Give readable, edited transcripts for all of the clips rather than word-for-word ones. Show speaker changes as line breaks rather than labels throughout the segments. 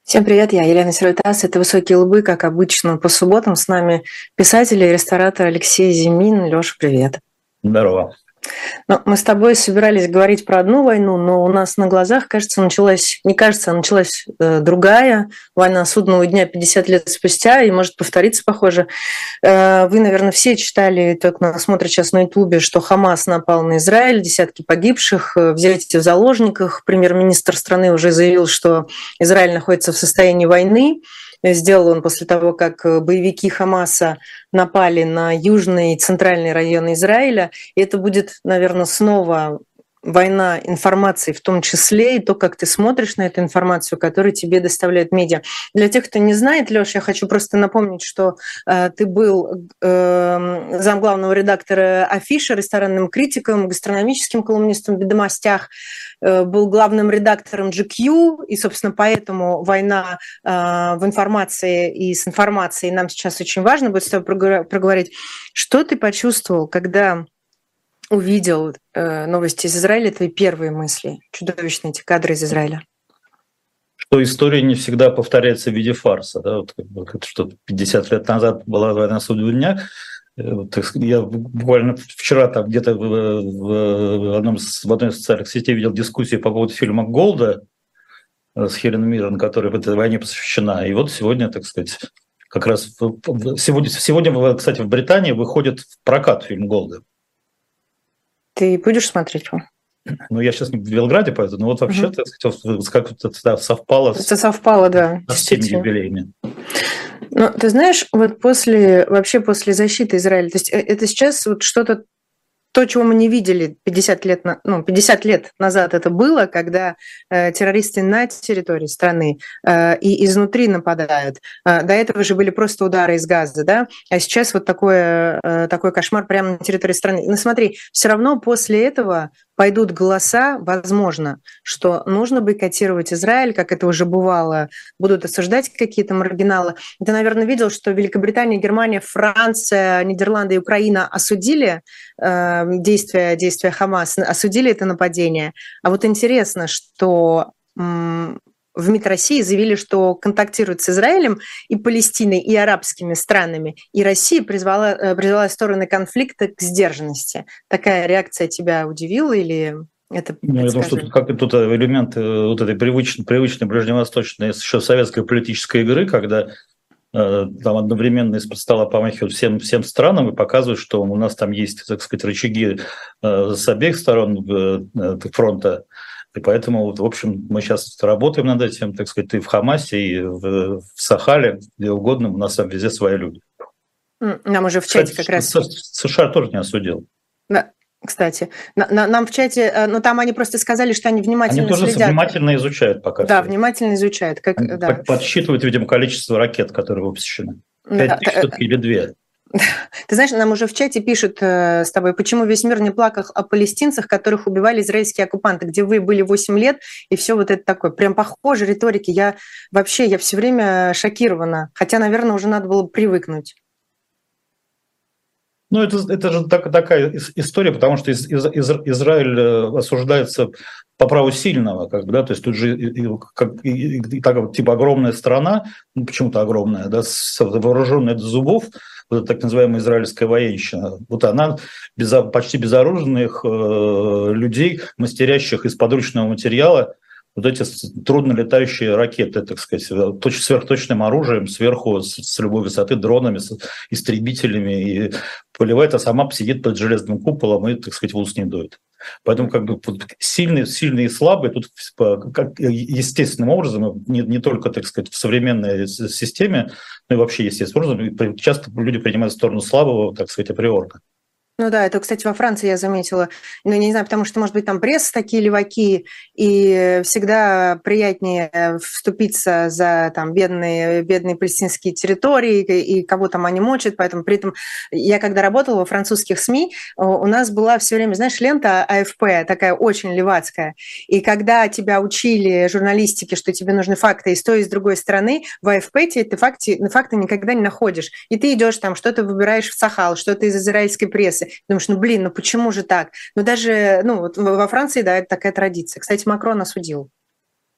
Всем привет, я Елена Сиротас. Это «Высокие лбы», как обычно, по субботам. С нами писатель и ресторатор Алексей Зимин. Лёша, привет.
Здорово.
Ну, мы с тобой собирались говорить про одну войну, но у нас на глазах, началась другая война судного дня 50 лет спустя, и может повториться, похоже. Вы, наверное, все читали, только нас смотрят сейчас на Ютубе, что Хамас напал на Израиль, десятки погибших, взятие в заложниках. Премьер-министр страны уже заявил, что Израиль находится в состоянии войны. Сделал он после того, как боевики Хамаса напали на южные и центральные районы Израиля. И это будет, наверное, снова война информации, в том числе и то, как ты смотришь на эту информацию, которую тебе доставляют медиа. Для тех, кто не знает, Лёш, я хочу просто напомнить, что ты был замглавного редактора Афиши, ресторанным критиком, гастрономическим колумнистом в «Ведомостях», был главным редактором GQ, и, собственно, поэтому война в информации и с информацией нам сейчас очень важно будет с тобой проговорить. Что ты почувствовал, когда увидел новости из Израиля, твои первые мысли? Чудовищные эти кадры из Израиля.
Что история не всегда повторяется в виде фарса. Да? Что 50 лет назад была война судного дня. Я буквально вчера там где-то в одной из социальных сетей видел дискуссию по поводу фильма «Голда» с Хелен Миррен, которая в этой войне посвящена. И вот сегодня, так сказать, как раз сегодня, кстати, в Британии выходит в прокат фильм «Голда».
Ты будешь смотреть его?
Ну, я сейчас не в Белграде, поэтому, но вот вообще, так сказать, как это совпало
да,
с всеми юбилеями.
Ну, ты знаешь, вот после защиты Израиля, то есть это сейчас вот что-то, то, чего мы не видели 50 лет назад это было, когда террористы на территории страны и изнутри нападают. До этого же были просто удары из Газа, да? А сейчас вот такой кошмар прямо на территории страны. Но смотри, все равно после этого пойдут голоса, возможно, что нужно бойкотировать Израиль, как это уже бывало, будут осуждать какие-то маргиналы. Ты, наверное, видел, что Великобритания, Германия, Франция, Нидерланды и Украина осудили действия Хамас, осудили это нападение. А вот интересно, что в МИД России заявили, что контактируют с Израилем и Палестиной, и арабскими странами. И Россия призвала стороны конфликта к сдержанности. Такая реакция тебя удивила или это
я думаю, что тут элементы вот этой привычной ближневосточной еще советской политической игры, когда там одновременно из-под стола помахивают всем странам и показывают, что у нас там есть, так сказать, рычаги с обеих сторон фронта. И поэтому, вот, в общем, мы сейчас работаем над этим, так сказать, и в Хамасе, и в Сахале, где угодно, у нас там везде свои люди.
Нам уже в чате как раз...
США тоже не осудил.
Да. Кстати, нам в чате, ну там они просто сказали, что они внимательно следят.
Они тоже внимательно изучают пока.
Да, внимательно изучают.
Подсчитывают, видимо, количество ракет, которые выпущены. 5000 или 2.
Ты знаешь, нам уже в чате пишут с тобой, почему весь мир не плакал о палестинцах, которых убивали израильские оккупанты, где вы были 8 лет, и все вот это такое. Прям похоже риторики. Я все время шокирована. Хотя, наверное, уже надо было привыкнуть.
Ну, это же такая история, потому что Израиль осуждается по праву сильного, как бы, да, то есть тут же типа огромная страна, ну, почему-то огромная, да, вооруженная до зубов, вот так называемая израильская военщина, вот она почти безоружных людей, мастерящих из подручного материала вот эти трудно летающие ракеты, так сказать, сверхточным оружием, сверху с любой высоты, дронами, с истребителями, и поливает, а сама сидит под железным куполом и, так сказать, в ус не дует. Поэтому как бы сильные и слабые тут как естественным образом, не только, так сказать, в современной системе, но и вообще естественным образом, часто люди принимают сторону слабого, так сказать, априорно.
Ну да, это, кстати, во Франции я заметила. Ну, не знаю, потому что, может быть, там пресса такие леваки, и всегда приятнее вступиться за там бедные палестинские территории, и кого там они мочат. Поэтому при этом я, когда работала во французских СМИ, у нас была все время, знаешь, лента АФП, такая очень левацкая. И когда тебя учили журналистике, что тебе нужны факты и с той, и с другой стороны, в АФП ты факты никогда не находишь. И ты идешь там, что-то выбираешь в Сахал, что-то из израильской прессы. Думаешь, почему же так? Но даже, вот во Франции, да, это такая традиция. Кстати, Макрон осудил.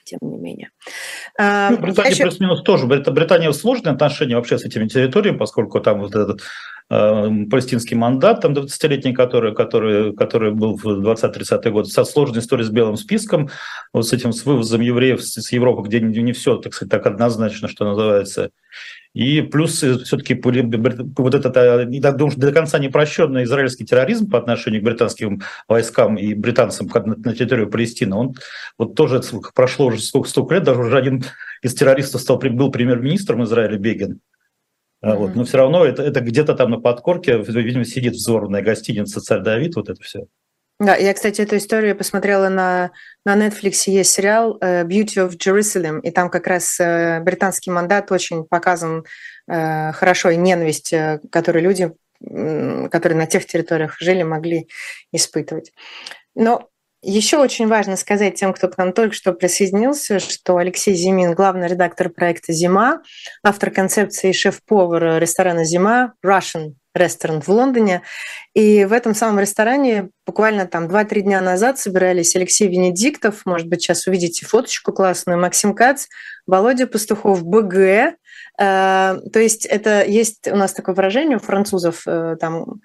тем не менее.
Британия плюс-минус тоже. Британия в сложные отношения вообще с этими территориями, поскольку там вот этот палестинский мандат, там 20-летний, который был в 20-30-е годы, со сложной историей с белым списком, вот с этим с вывозом евреев с Европы, где не все, так сказать, так однозначно, что называется. И плюс все-таки вот этот, я думаю, что до конца не прощенный израильский терроризм по отношению к британским войскам и британцам на территорию Палестины, он вот тоже прошло уже столько лет, даже уже один из террористов был премьер-министром Израиля, Бегин. Вот. Но все равно это где-то там на подкорке, видимо, сидит взорванная гостиница «Царь Давид», вот это все.
Да, я, кстати, эту историю посмотрела на Netflix, есть сериал «Beauty of Jerusalem», и там как раз британский мандат очень показан хорошо, и ненависть, которую люди, которые на тех территориях жили, могли испытывать. Но еще очень важно сказать тем, кто к нам только что присоединился, что Алексей Зимин, главный редактор проекта «Зима», автор концепции и шеф-повар ресторана «Зима», Russian Restaurant в Лондоне. И в этом самом ресторане буквально там 2-3 дня назад собирались Алексей Венедиктов, может быть, сейчас увидите фоточку классную, Максим Кац, Володя Пастухов, БГ. То есть это есть у нас такое выражение у французов, там,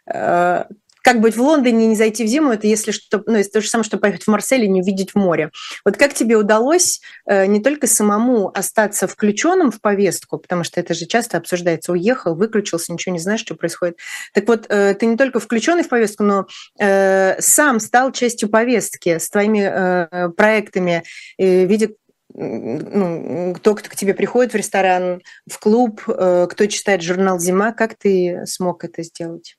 как быть в Лондоне и не зайти в зиму, это если что, ну, это то же самое, что поехать в Марсель и не увидеть море. Вот как тебе удалось не только самому остаться включенным в повестку, потому что это же часто обсуждается, уехал, выключился, ничего не знаешь, что происходит. Так вот, ты не только включенный в повестку, но сам стал частью повестки с твоими проектами, видя, ну, кто к тебе приходит в ресторан, в клуб, кто читает журнал «Зима». Как ты смог это сделать?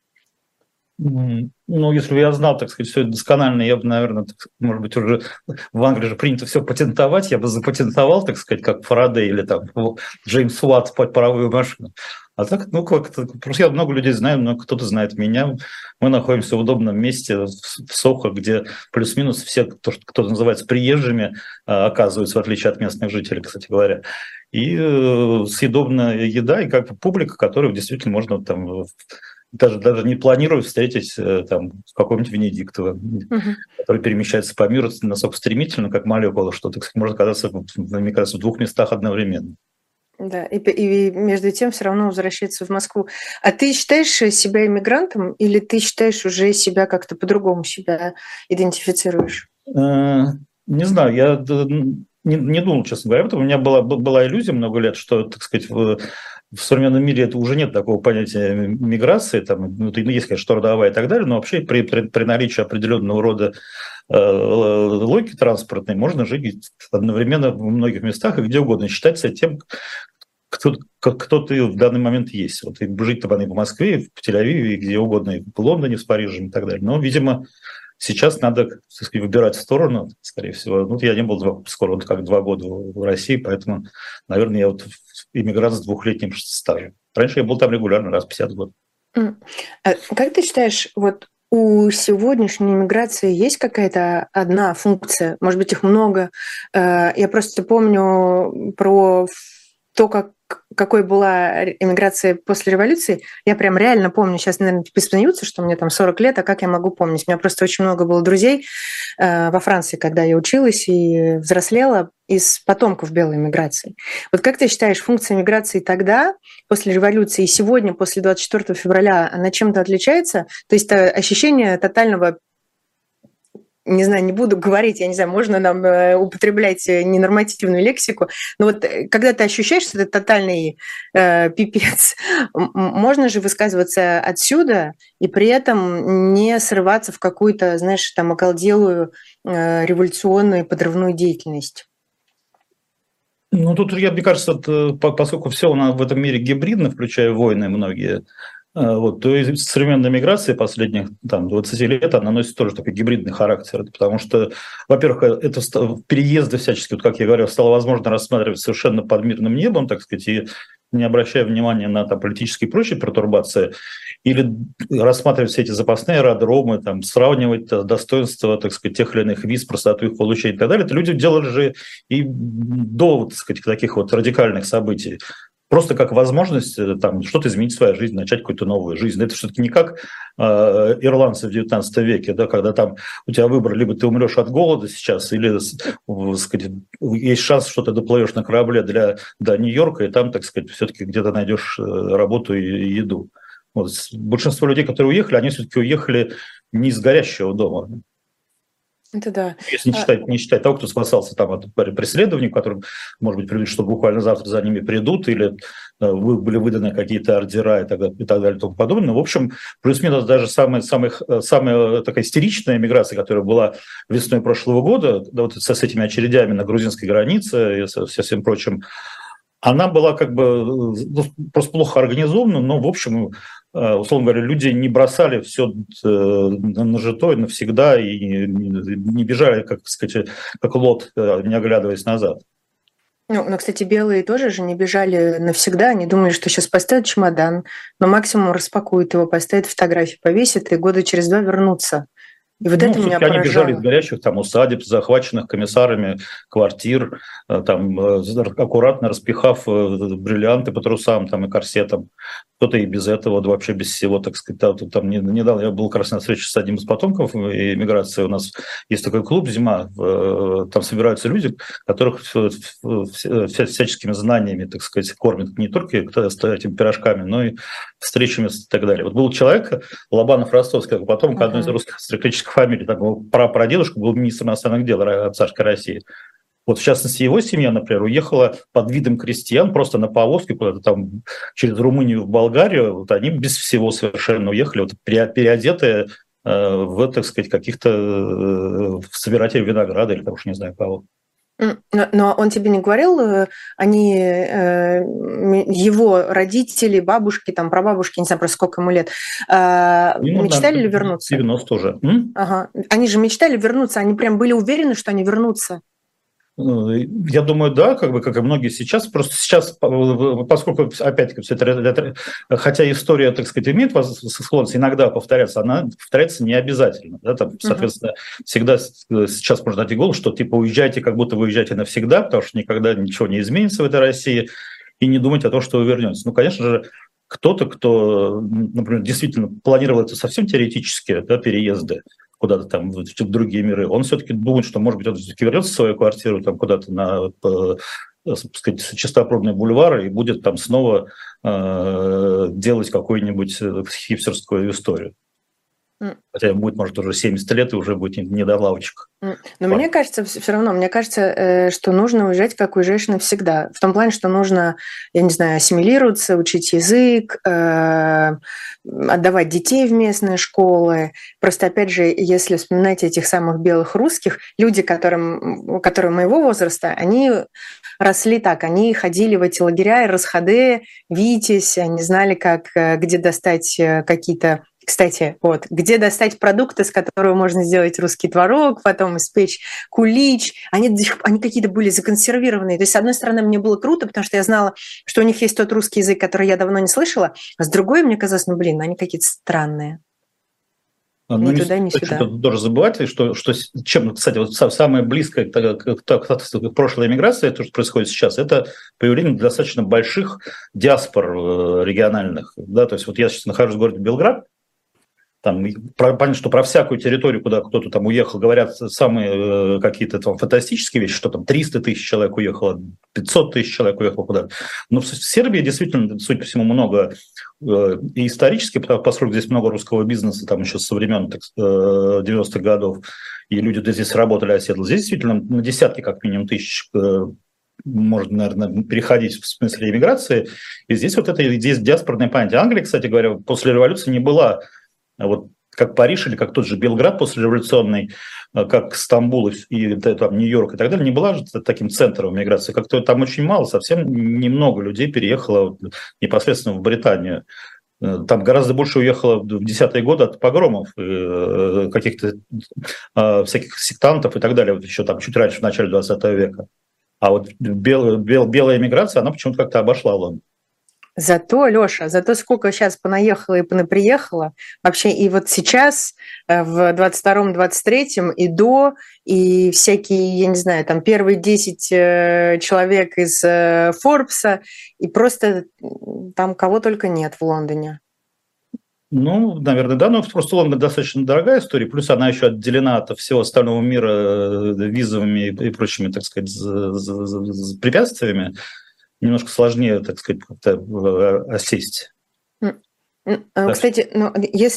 Ну, если бы я знал, так сказать, все это досконально, я бы, наверное, может быть, уже в Англии же принято все патентовать, я бы запатентовал, так сказать, как Фарадей или там Джеймс Уатт под паровую машину. А так, ну, как-то, просто я много людей знаю, но кто-то знает меня. Мы находимся в удобном месте, в Сохо, где плюс-минус все, кто называется приезжими, оказываются, в отличие от местных жителей, кстати говоря. И съедобная еда, и как бы публика, которую действительно можно там... Даже не планирую встретить там какого-нибудь Венедиктова, который перемещается по миру настолько стремительно, как молекула, что, так сказать, может оказаться, мне кажется, в 2 местах одновременно.
Да, и между тем все равно возвращается в Москву. А ты считаешь себя иммигрантом или ты считаешь уже себя как-то по-другому себя идентифицируешь?
Не знаю, я не думал, честно говоря, потому что у меня была иллюзия много лет, что, так сказать, в современном мире это уже нет такого понятия миграции, там, ну, есть, конечно, трудовая и так далее, но вообще при наличии определенного рода логики транспортной можно жить одновременно в многих местах и где угодно, считаться тем, кто ты в данный момент есть. Вот и жить там и в Москве, и в Тель-Авиве, и где угодно, и в Лондоне, в Париже и так далее. Но, видимо, сейчас надо, так сказать, выбирать сторону, скорее всего. Ну, я не был скоро как 2 года в России, поэтому, наверное, я вот иммигрант с 2-летним стажем. Раньше я был там регулярно, раз в 50 год.
Как ты считаешь, вот у сегодняшней иммиграции есть какая-то одна функция? Может быть, их много. Я просто помню про то, какой была эмиграция после революции, я прям реально помню, сейчас, наверное, смеются, что мне там 40 лет, а как я могу помнить? У меня просто очень много было друзей во Франции, когда я училась и взрослела, из потомков белой эмиграции. Вот как ты считаешь, функция миграции тогда, после революции, и сегодня, после 24 февраля, она чем-то отличается? То есть ощущение тотального, не знаю, не буду говорить, я не знаю, можно нам употреблять ненормативную лексику, но вот когда ты ощущаешь, что это тотальный пипец, можно же высказываться отсюда и при этом не срываться в какую-то, знаешь, там околделую революционную подрывную деятельность.
Ну, тут, мне кажется, поскольку все в этом мире гибридно, включая войны многие, вот, то и современная миграция последних там, 20 лет, она носит тоже такой гибридный характер, потому что, во-первых, это переезды всячески, вот, как я говорил, стало возможно рассматривать совершенно под мирным небом, так сказать, и не обращая внимания на там, политические и прочие пертурбации, или рассматривать все эти запасные аэродромы, там, сравнивать достоинства, так сказать, тех или иных виз, простоту их получения и так далее. Это люди делали же и до, так сказать, таких вот радикальных событий. просто как возможность там что-то изменить в своей жизни, начать какую-то новую жизнь. Это все-таки не как ирландцы в 19 веке, да, когда там у тебя выбор, либо ты умрешь от голода сейчас, или, сказать, есть шанс, что ты доплывешь на корабле до Нью-Йорка, и там, так сказать, все-таки где-то найдешь работу и еду. Вот. Большинство людей, которые уехали, они все-таки уехали не из горящего дома.
Это да.
Если не считать того, кто спасался там от преследований, которым, может быть, придут, что буквально завтра за ними придут, или были выданы какие-то ордера и так далее и тому подобное. Но, в общем, плюс-минус даже самая такая истеричная миграция, которая была весной прошлого года, да, вот с этими очередями на грузинской границе и со всем прочим, она была как бы просто плохо организована, но, в общем, условно говоря, люди не бросали все нажитое навсегда и не бежали, как сказать, как лот, не оглядываясь назад.
Ну, кстати, белые тоже же не бежали навсегда. Они думали, что сейчас поставят чемодан, но максимум распакуют его, поставят фотографии, повесят, и года через 2 вернутся. И вот это меня поражало.
Они бежали из горящих там усадеб, захваченных комиссарами квартир, там, аккуратно распихав бриллианты по трусам там, и корсетам. Кто-то и без этого, вообще без всего, так сказать. Там недавно я был как раз на встрече с одним из потомков эмиграции. У нас есть такой клуб «Зима». Там собираются люди, которых всяческими знаниями, так сказать, кормят не только этими пирожками, но и встречами и так далее. Вот был человек, Лобанов-Ростовский, потомок одной из русских аристократических фамилий, там, прадедушка был министром иностранных дел царской России. Вот, в частности, его семья, например, уехала под видом крестьян просто на повозке куда-то там через Румынию в Болгарию. Вот они без всего совершенно уехали, вот, переодетые в, так сказать, каких-то собирателей винограда или, уж не знаю, кого.
Но он тебе не говорил, они, его родители, бабушки, там, прабабушки, не знаю просто сколько ему лет, мечтали ли вернуться?
90 уже.
Ага. Они же мечтали вернуться, они прям были уверены, что они вернутся.
Я думаю, да, как и многие сейчас. Просто сейчас, поскольку, опять-таки, все это, хотя история, так сказать, имеет склонность иногда повторяться, она повторяется не обязательно. Да, там, соответственно, всегда сейчас можно дать голову, что типа уезжайте, как будто вы уезжаете навсегда, потому что никогда ничего не изменится в этой России, и не думать о том, что вы вернетесь. Ну, конечно же, кто-то, кто, например, действительно планировал это совсем теоретически, да, переезды куда-то там в другие миры, он все-таки думает, что, может быть, он все-таки вернется в свою квартиру там куда-то на, сказать, чистопробный бульвар и будет там снова делать какую-нибудь хипстерскую историю. Хотя ему будет, может, уже 70 лет, и уже будет не до лавочек.
Но мне кажется, все равно, мне кажется, что нужно уезжать, как уезжаешь навсегда. В том плане, что нужно, я не знаю, ассимилироваться, учить язык, отдавать детей в местные школы. Просто, опять же, если вспоминать этих самых белых русских, люди, которые моего возраста, они росли так, они ходили в эти лагеря, РСХД, Витязь, они знали, где достать какие-то... Кстати, вот, где достать продукты, с которого можно сделать русский творог, потом испечь кулич. Они какие-то были законсервированные. То есть, с одной стороны, мне было круто, потому что я знала, что у них есть тот русский язык, который я давно не слышала, а с другой, мне казалось, они какие-то странные. Ни туда, ни сюда.
Тоже забывать, что чем, кстати, вот самое близкое к прошлой эмиграции, то, что происходит сейчас, это появление достаточно больших диаспор региональных. Да? То есть вот я сейчас нахожусь в городе Белград, там, понятно, что про всякую территорию, куда кто-то там уехал, говорят самые какие-то там фантастические вещи, что там 300 тысяч человек уехало, 500 тысяч человек уехало куда-то. Но в Сербии действительно, судя по всему, много и исторически, поскольку здесь много русского бизнеса, там еще со времен 90-х годов, и люди здесь работали, оседлы. Здесь действительно на десятки, как минимум, тысяч можно, наверное, переходить в смысле иммиграции. И здесь вот это здесь диаспорное понятие. Англия, кстати говоря, после революции не была вот как Париж или как тот же Белград послереволюционный, как Стамбул и там, Нью-Йорк и так далее, не была же таким центром миграции. Как-то там очень мало, совсем немного людей переехало непосредственно в Британию. Там гораздо больше уехало в десятые годы от погромов, каких-то всяких сектантов и так далее, вот еще там чуть раньше, в начале 20 века. А вот белая миграция, она почему-то как-то обошла Лондон.
Зато, Лёша, зато сколько сейчас понаехало и понаприехало. Вообще, и вот сейчас, в 22-м, 23-м и до, и всякие, я не знаю, там первые 10 человек из Форбса, и просто там кого только нет в Лондоне.
Ну, наверное, да, но просто Лондон достаточно дорогая история, плюс она еще отделена от всего остального мира визовыми и прочими, так сказать, препятствиями. Немножко сложнее, так сказать, как-то осесть.
Кстати, ну,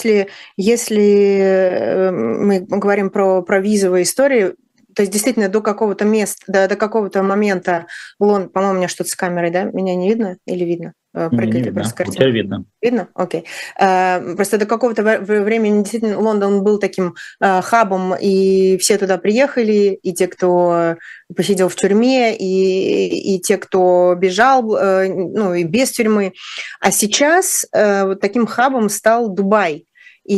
если мы говорим про визовые истории, то есть действительно до какого-то места, до какого-то момента Лондон, по-моему, у меня что-то с камерой, да? Меня не видно или видно?
Не видно. У тебя видно.
Видно? Окей. Просто до какого-то времени действительно Лондон был таким хабом, и все туда приехали, и те, кто посидел в тюрьме, и те, кто бежал, ну, и без тюрьмы. А сейчас вот таким хабом стал Дубай.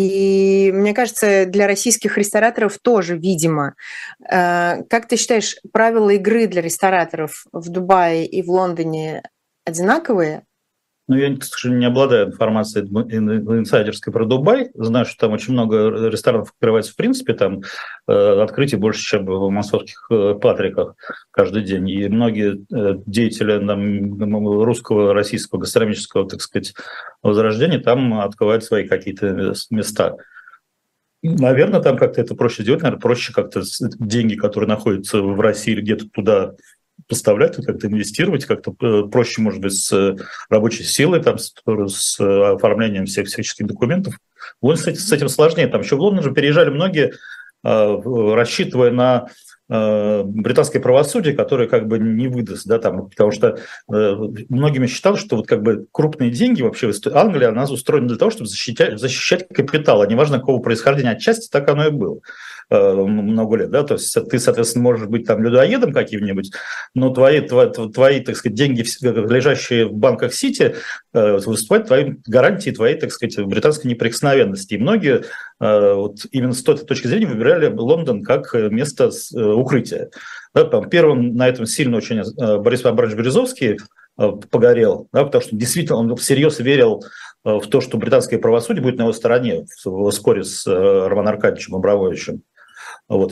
И мне кажется, для российских рестораторов тоже, видимо. Как ты считаешь, правила игры для рестораторов в Дубае и в Лондоне одинаковые?
Ну, я, к сожалению, не обладаю информацией инсайдерской про Дубай. Знаю, что там очень много ресторанов открывается в принципе, там открытий больше, чем в московских Патриках каждый день. И многие деятели там, русского, российского гастрономического, так сказать, возрождения там открывают свои какие-то места. Наверное, там как-то это проще сделать, наверное, проще как-то деньги, которые находятся в России, где-то туда поставлять, как-то инвестировать, как-то проще, может быть, с рабочей силой, там, с оформлением всяческих документов. Вот с этим сложнее. Там еще в Лондон же переезжали многие, рассчитывая на британское правосудие, которое как бы не выдаст, да, там, потому что многими считалось, что вот как бы крупные деньги вообще в Англии, она устроена для того, чтобы защищать капитал, а неважно какого происхождения, отчасти так оно и было много лет, да, то есть ты, соответственно, можешь быть там людоедом каким-нибудь, но твои, так сказать, деньги, лежащие в банках Сити, выступают твоей гарантией твоей, так сказать, британской неприкосновенности. И многие вот именно с той точки зрения выбирали Лондон как место укрытия. Да, там, первым на этом сильно очень Борис Абрамович Березовский погорел, да, потому что действительно он всерьез верил в то, что британское правосудие будет на его стороне в споре с Романом Аркадьевичем Абрамовичем. Вот.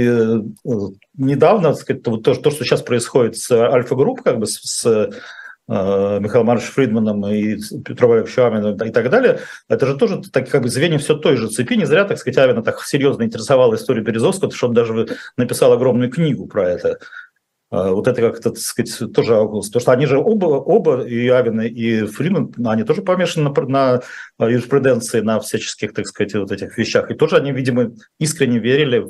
И недавно, так сказать, то, что сейчас происходит с Альфа-групп, как бы с Михаилом Марковичем Фридманом и Петром Олеговичем Авиным и так далее, это же тоже так, как бы звенья все той же цепи. Не зря, так сказать, Авина так серьезно интересовала историю Березовского, потому что он даже написал огромную книгу про это. Вот это как-то, так сказать, тоже потому что они же оба и Авин, и Фридман, они тоже помешаны на юриспруденции, на всяческих, так сказать, вот этих вещах. И тоже они, видимо, искренне верили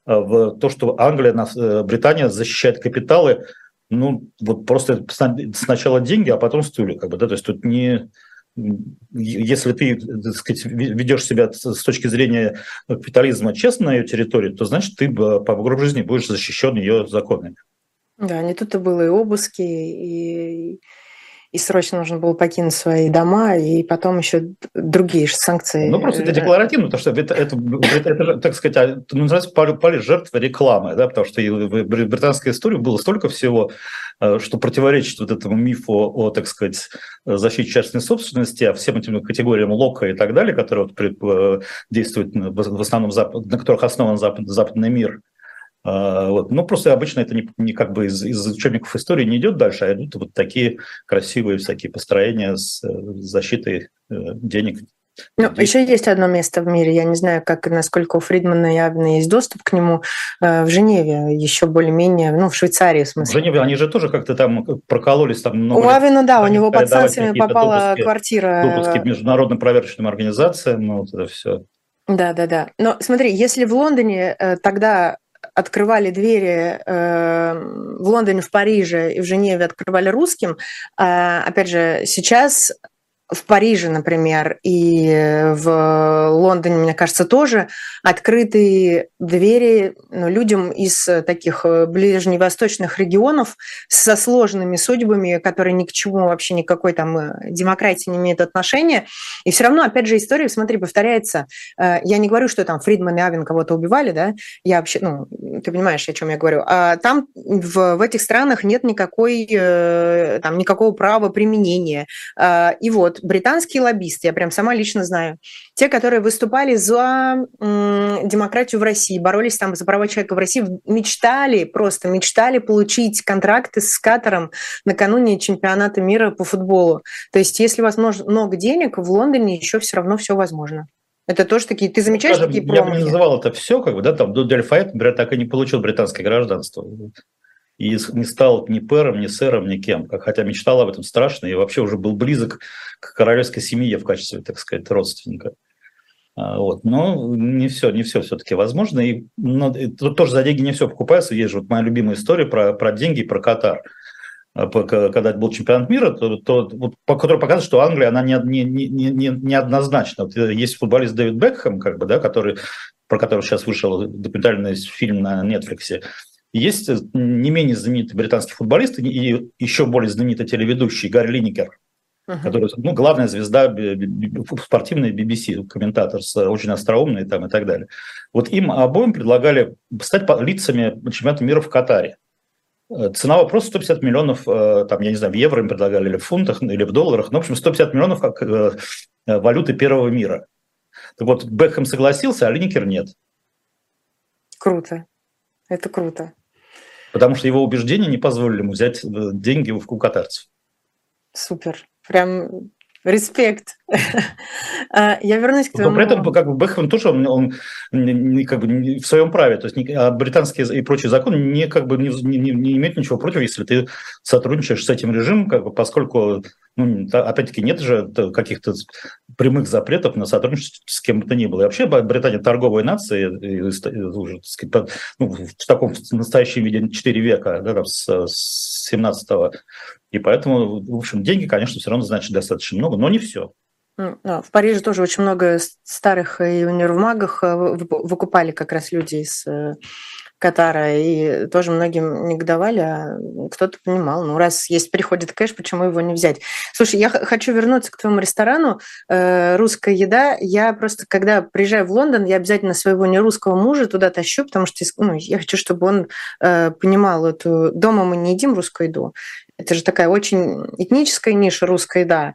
в то, что Англия, Британия защищает капиталы, ну, вот просто сначала деньги, а потом стулья, как бы, да, то есть тут не... Если ты, так сказать, ведешь себя с точки зрения капитализма честно на ее территории, то значит ты по гроб жизни будешь защищен ее законами.
Да, не тут-то было и обыски, и срочно нужно было покинуть свои дома, и потом еще другие санкции.
Ну, просто это декларативно, потому что это так сказать, называется пали жертвы рекламы, да, потому что в британской истории было столько всего, что противоречит вот этому мифу о, так сказать, защите частной собственности, а всем этим категориям Лока и так далее, которые вот действуют в основном, на которых основан западный мир. Вот. Ну, просто обычно это не как бы из учебников истории не идет дальше, а идут вот такие красивые всякие построения с защитой денег.
Ну, еще есть одно место в мире, я не знаю, насколько у Фридмана и Авина есть доступ к нему, в Женеве, еще более-менее, ну, в Швейцарии, в смысле.
В Женеве они же тоже как-то там прокололись. Там
много у Авина, да, у него под санкциями попала квартира.
Допуски к международным проверочным организациям, ну, вот это все.
Да. Но смотри, если в Лондоне тогда открывали двери в Лондоне, в Париже и в Женеве открывали русским. Опять же, сейчас в Париже, например, и в Лондоне, мне кажется, тоже открытые двери людям из таких ближневосточных регионов со сложными судьбами, которые ни к чему вообще никакой там демократии не имеют отношения. И все равно, опять же, история, смотри, повторяется. Я не говорю, что там Фридман и Авен кого-то убивали, да? Я вообще, ты понимаешь, о чем я говорю. А там в этих странах нет никакого права применения. И вот британские лоббисты, я прям сама лично знаю, те, которые выступали за демократию в России, боролись там за права человека в России, мечтали получить контракты с Катаром накануне чемпионата мира по футболу. То есть если у вас много денег, в Лондоне еще все равно все возможно. Это тоже такие, ты замечаешь такие промахи?
Я бы не называл это все, там Дудель Файет, например, так и не получил британское гражданство. И не стал ни пэром, ни сэром, ни кем. Хотя мечтал об этом страшно и вообще уже был близок к королевской семье в качестве, так сказать, родственника. Вот. Но не все все-таки возможно. И тут тоже за деньги не все покупается. Есть же моя любимая история про деньги и про Катар. Когда был чемпионат мира, который показывает, что Англия, она неоднозначна. Вот есть футболист Дэвид Бекхэм, про которого сейчас вышел документальный фильм на Netflix. Есть не менее знаменитый британский футболист и еще более знаменитый телеведущий Гарри Линекер, который, главная звезда спортивной BBC, комментатор очень остроумный и так далее. Вот им обоим предлагали стать лицами чемпионата мира в Катаре. Цена вопроса 150 миллионов, я не знаю, в евро им предлагали, или в фунтах, или в долларах, в общем, 150 миллионов как валюты первого мира. Так вот, Бекхэм согласился, а Линекер нет.
Круто. Это круто.
Потому что его убеждения не позволили ему взять деньги у катарцев.
Супер. Прям респект. Я вернусь к твоему...
Но при этом Бекхэм тоже он в своем праве. То есть британские и прочие законы не имеют ничего против, если ты сотрудничаешь с этим режимом, поскольку, опять-таки, нет же каких-то прямых запретов на сотрудничество с кем бы то ни было. И вообще Британия торговая нация, уже, так сказать, в таком настоящем виде 4 века, с 17-го. И поэтому, в общем, деньги, конечно, все равно значит достаточно много, но не все.
В Париже тоже очень много старых и универмагов выкупали как раз люди из Катара, и тоже многим негодовали, а кто-то понимал, раз приходит кэш, почему его не взять? Слушай, я хочу вернуться к твоему ресторану «Русская еда». Я просто, когда приезжаю в Лондон, я обязательно своего нерусского мужа туда тащу, потому что я хочу, чтобы он понимал эту... Дома мы не едим русскую еду. Это же такая очень этническая ниша русская еда.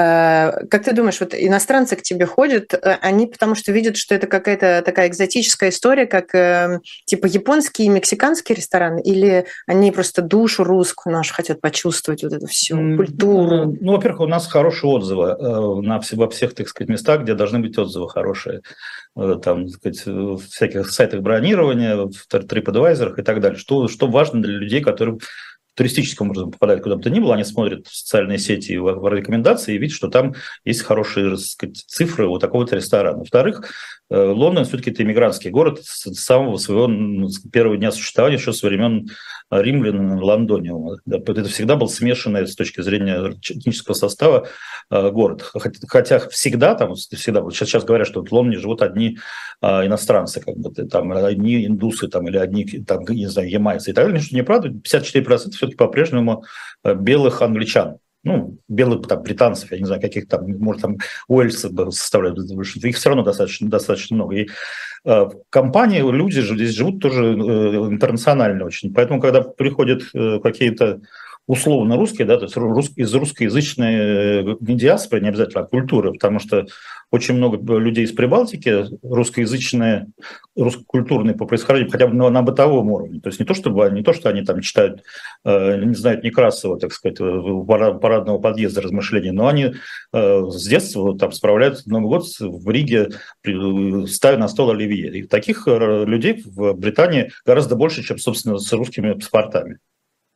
Как ты думаешь, вот иностранцы к тебе ходят, они потому что видят, что это какая-то такая экзотическая история, как типа японские и мексиканские рестораны, или они просто душу русскую нашу хотят почувствовать, вот эту всю культуру?
Во-первых, у нас хорошие отзывы во всех, так сказать, местах, где должны быть отзывы хорошие. Там, так сказать, в всяких сайтах бронирования, в TripAdvisor и так далее. Что важно для людей, которые туристическим образом попадают куда бы то ни было, они смотрят в социальные сети в рекомендации и видят, что там есть хорошие, так сказать, цифры у такого-то ресторана. Во-вторых, Лондон все-таки это иммигрантский город с самого своего первого дня существования, еще со времен римлян в Лондоне. Это всегда был смешанный с точки зрения этнического состава город. Хотя всегда, сейчас говорят, что в Лондоне живут одни иностранцы, там одни индусы или одни, не знаю, ямайцы и так далее, что неправда, 54% все-таки по-прежнему белых англичан. Белых британцев, я не знаю, каких может, уэльсы составляют, их все равно достаточно много. И компании, люди здесь живут тоже интернационально очень. Поэтому, когда приходят какие-то условно русские, то есть из русскоязычной не диаспоры, не обязательно, а культуры, потому что очень много людей из Прибалтики русскоязычные, русско-культурные по происхождению, хотя бы на бытовом уровне. То есть не то, что они там читают, не знают Некрасова, так сказать, парадного подъезда размышлений, но они с детства справляются Новый год в Риге, ставя на стол оливье. И таких людей в Британии гораздо больше, чем, собственно, с русскими паспортами.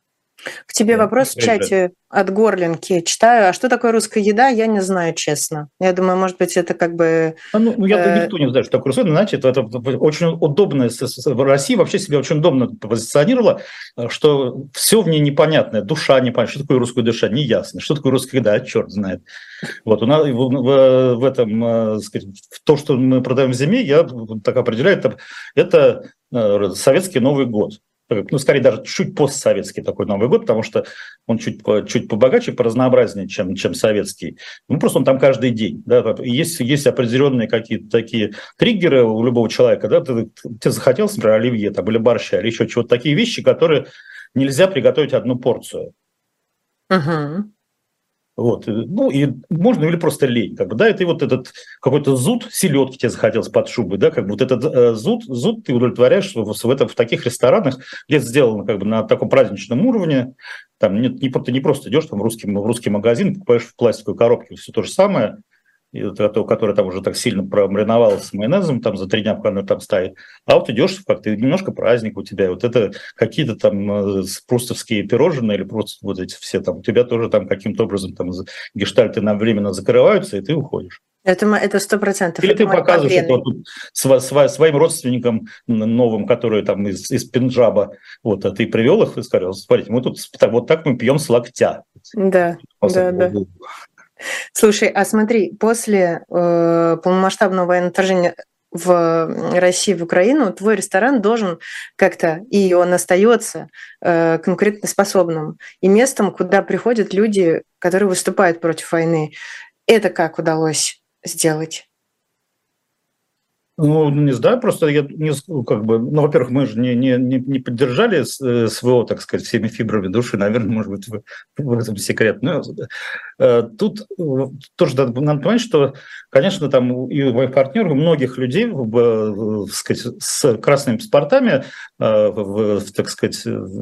К тебе вопрос в чате от Горлинки. Читаю, а что такое русская еда, я не знаю, честно. Я думаю, может быть, это как бы...
Никто не знает, что такое русская еда, значит, это очень удобно, Россия вообще себя очень удобно позиционировала, что все в ней непонятное, душа непонятная, что такое русская душа, неясно, что такое русская еда, черт знает. Вот, у нас в этом, сказать, в то, что мы продаем в зиме, я так определяю, это советский Новый год. Скорее, даже чуть постсоветский такой Новый год, потому что он чуть побогаче, поразнообразнее, чем советский. Просто он там каждый день. Да? Есть определенные какие-то такие триггеры у любого человека. Да? Ты захотелось, например, оливье там, или борща, или еще чего-то. Такие вещи, которые нельзя приготовить одну порцию.
Угу.
Вот. И можно или просто лень. Да, это вот этот какой-то зуд, селедки тебе захотелось под шубой, да, вот этот зуд ты удовлетворяешь в таких ресторанах, где это сделано на таком праздничном уровне. Там ты не просто идешь в русский магазин, покупаешь в пластиковой коробке все то же самое, которая там уже так сильно промариновалась с майонезом там за 3 дня, пока она там стоит. А вот идешь, как-то немножко праздник у тебя, вот это какие-то там прустовские пирожные или просто вот эти все там, у тебя тоже там каким-то образом там гештальты временно закрываются, и ты уходишь.
Это 100%.
Или ты показываешь это своим родственникам новым, которые там из Пенджаба, вот, а ты привел их и сказал, смотрите, мы тут вот так мы пьем с локтя.
Да. Слушай, а смотри, после полномасштабного военного вторжения в России, в Украину, твой ресторан должен как-то, и он остается конкурентоспособным, и местом, куда приходят люди, которые выступают против войны. Это как удалось сделать?
Не знаю, просто во-первых, мы же не поддержали СВО, так сказать, всеми фибрами души, наверное, может быть, в этом секрет. Но тут тоже надо понимать, что, конечно, там и у моих партнеров, у многих людей, сказать, с красными паспортами, так сказать,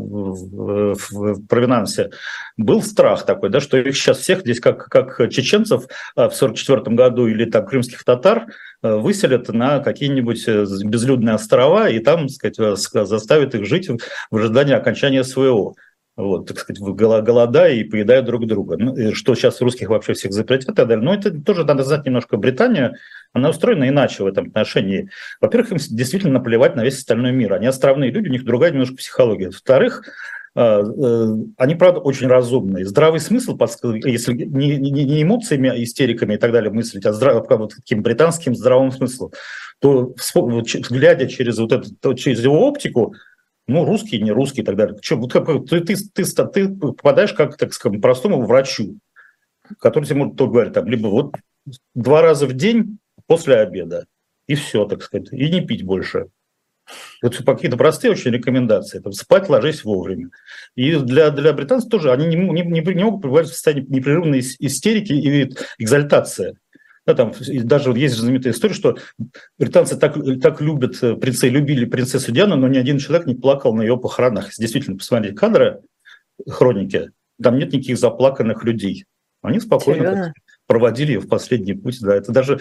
в провинансе, был страх такой, да, что их сейчас всех здесь, как чеченцев в 1944 году или там крымских татар, выселят на какие-нибудь безлюдные острова и там, так сказать, заставят их жить в ожидании окончания СВО. Вот, так сказать, голодая и поедая друг друга. Что сейчас русских вообще всех запретят и так далее. Но это тоже надо знать немножко Британию. Она устроена иначе в этом отношении. Во-первых, им действительно наплевать на весь остальной мир. Они островные люди, у них другая немножко психология. Во-вторых, они, правда, очень разумные. Здравый смысл, если не эмоциями, истериками и так далее мыслить, а таким британским здравым смыслом, то, глядя через через его оптику, русский, не русский и так далее. Ты попадаешь как, так сказать, простому врачу, который тебе может говорить, либо 2 раза в день после обеда, и все, так сказать, и не пить больше. Вот какие-то простые очень рекомендации. Спать, ложись вовремя. И для британцев тоже они не могут пребывать в состоянии непрерывной истерики и экзальтации. Да, там даже есть знаменитая история, что британцы так любили принцессу Диану, но ни один человек не плакал на ее похоронах. Если действительно посмотреть кадры, хроники, там нет никаких заплаканных людей. Они спокойно проводили ее в последний путь. Да. Это даже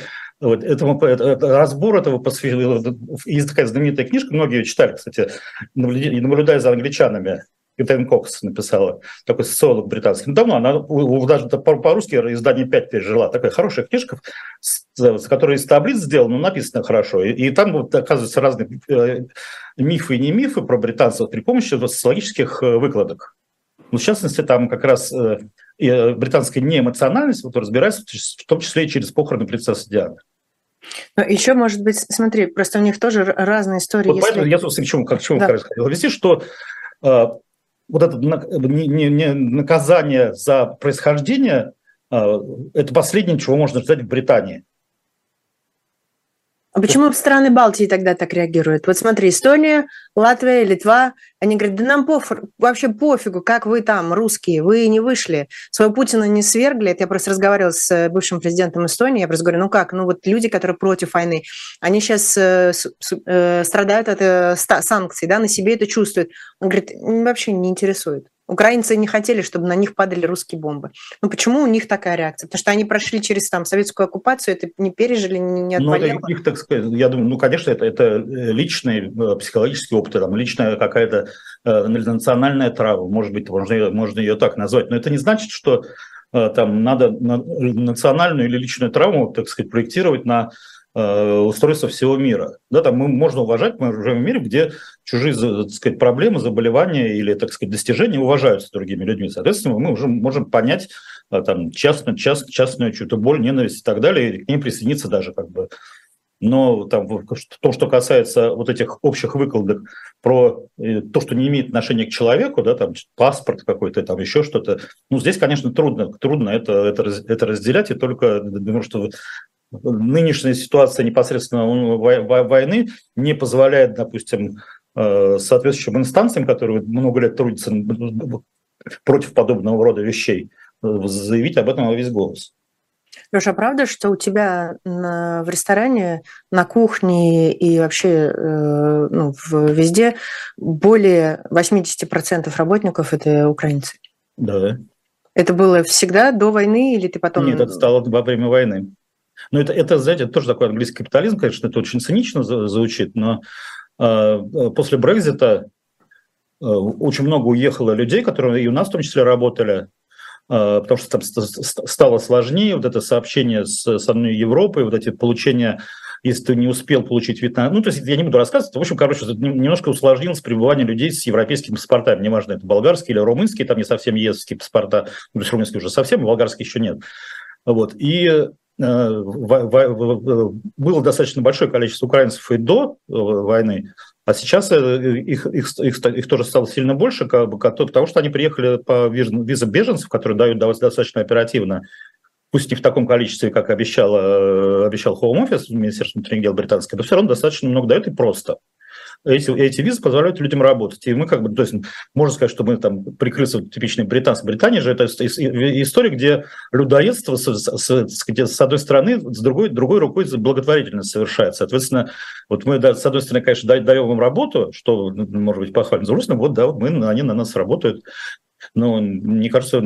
разбор этого, есть такая знаменитая книжка, многие ее читали, кстати, наблюдая за англичанами. Кэтрин Кокс написала, такой социолог британский. Давно она даже по-русски издание 5 пережила. Такая хорошая книжка, которая из таблиц сделана, но написана хорошо. И там, оказывается, разные мифы и не мифы про британцев при помощи социологических выкладок. В частности, там как раз британская неэмоциональность разбирается, в том числе и через похороны принцессы Дианы.
Но еще, может быть, смотри, просто у них тоже разные истории.
Поэтому я, собственно, к чему хотел вести, что это наказание за происхождение это последнее, чего можно ждать в Британии.
А почему страны Балтии тогда так реагируют? Вот смотри, Эстония, Латвия, Литва, они говорят, да нам вообще пофигу, как вы там, русские, вы не вышли, своего Путина не свергли. Это я просто разговаривала с бывшим президентом Эстонии, я просто говорю, люди, которые против войны, они сейчас страдают от санкций, да, на себе это чувствуют. Он говорит, вообще не интересует. Украинцы не хотели, чтобы на них падали русские бомбы. Ну почему у них такая реакция? Потому что они прошли через советскую оккупацию, это не пережили, не отболело.
Ну, это их, так сказать, я думаю, ну, конечно, это личный психологический опыт, там, личная какая-то национальная травма, может быть, можно ее так назвать. Но это не значит, что там надо национальную или личную травму, так сказать, проектировать на устройство всего мира. Да, там можно уважать, мы живем в мире, где чужие, так сказать, проблемы, заболевания или, так сказать, достижения уважаются другими людьми. Соответственно, мы уже можем понять там, частную чью-то боль, ненависть и так далее, и к ней присоединиться даже как бы. Но там, то, что касается вот этих общих выкладок про то, что не имеет отношения к человеку, да, там паспорт какой-то, там еще что-то, ну, здесь, конечно, трудно это разделять, и только, думаю, что нынешняя ситуация непосредственно войны не позволяет, допустим, соответствующим инстанциям, которые много лет трудятся против подобного рода вещей, заявить об этом во весь голос.
Леша, а правда, что у тебя в ресторане, на кухне и вообще везде более 80% работников – это украинцы?
Да.
Это было всегда до войны или ты потом…
Нет, это стало во время войны. Но это, знаете, это тоже такой английский капитализм, конечно, это очень цинично звучит, но после Брексита очень много уехало людей, которые и у нас в том числе работали, потому что там стало сложнее, вот это сообщение с одной Европой, вот эти получения, если ты не успел получить вид на… Ну, то есть я не буду рассказывать, в общем, короче, немножко усложнилось пребывание людей с европейскими паспортами, неважно, это болгарские или румынские, там не совсем ЕСовские паспорта, то есть румынские уже совсем, болгарские еще нет. Вот, и было достаточно большое количество украинцев и до войны, а сейчас их тоже стало сильно больше, потому что они приехали по визам беженцев, которые дают достаточно оперативно, пусть не в таком количестве, как обещал Home Office, Министерство внутренних дел британское, но все равно достаточно много дают и просто. Эти визы позволяют людям работать. И мы как бы, то есть, можно сказать, что мы там прикрылся типичной британской. Британия же это история, где людоедство с одной стороны, с другой рукой благотворительность совершает. Соответственно, вот мы, с одной стороны, конечно, даем им работу, что, может быть, похвально, с другой стороны, вот, да, они на нас работают. Но, мне кажется,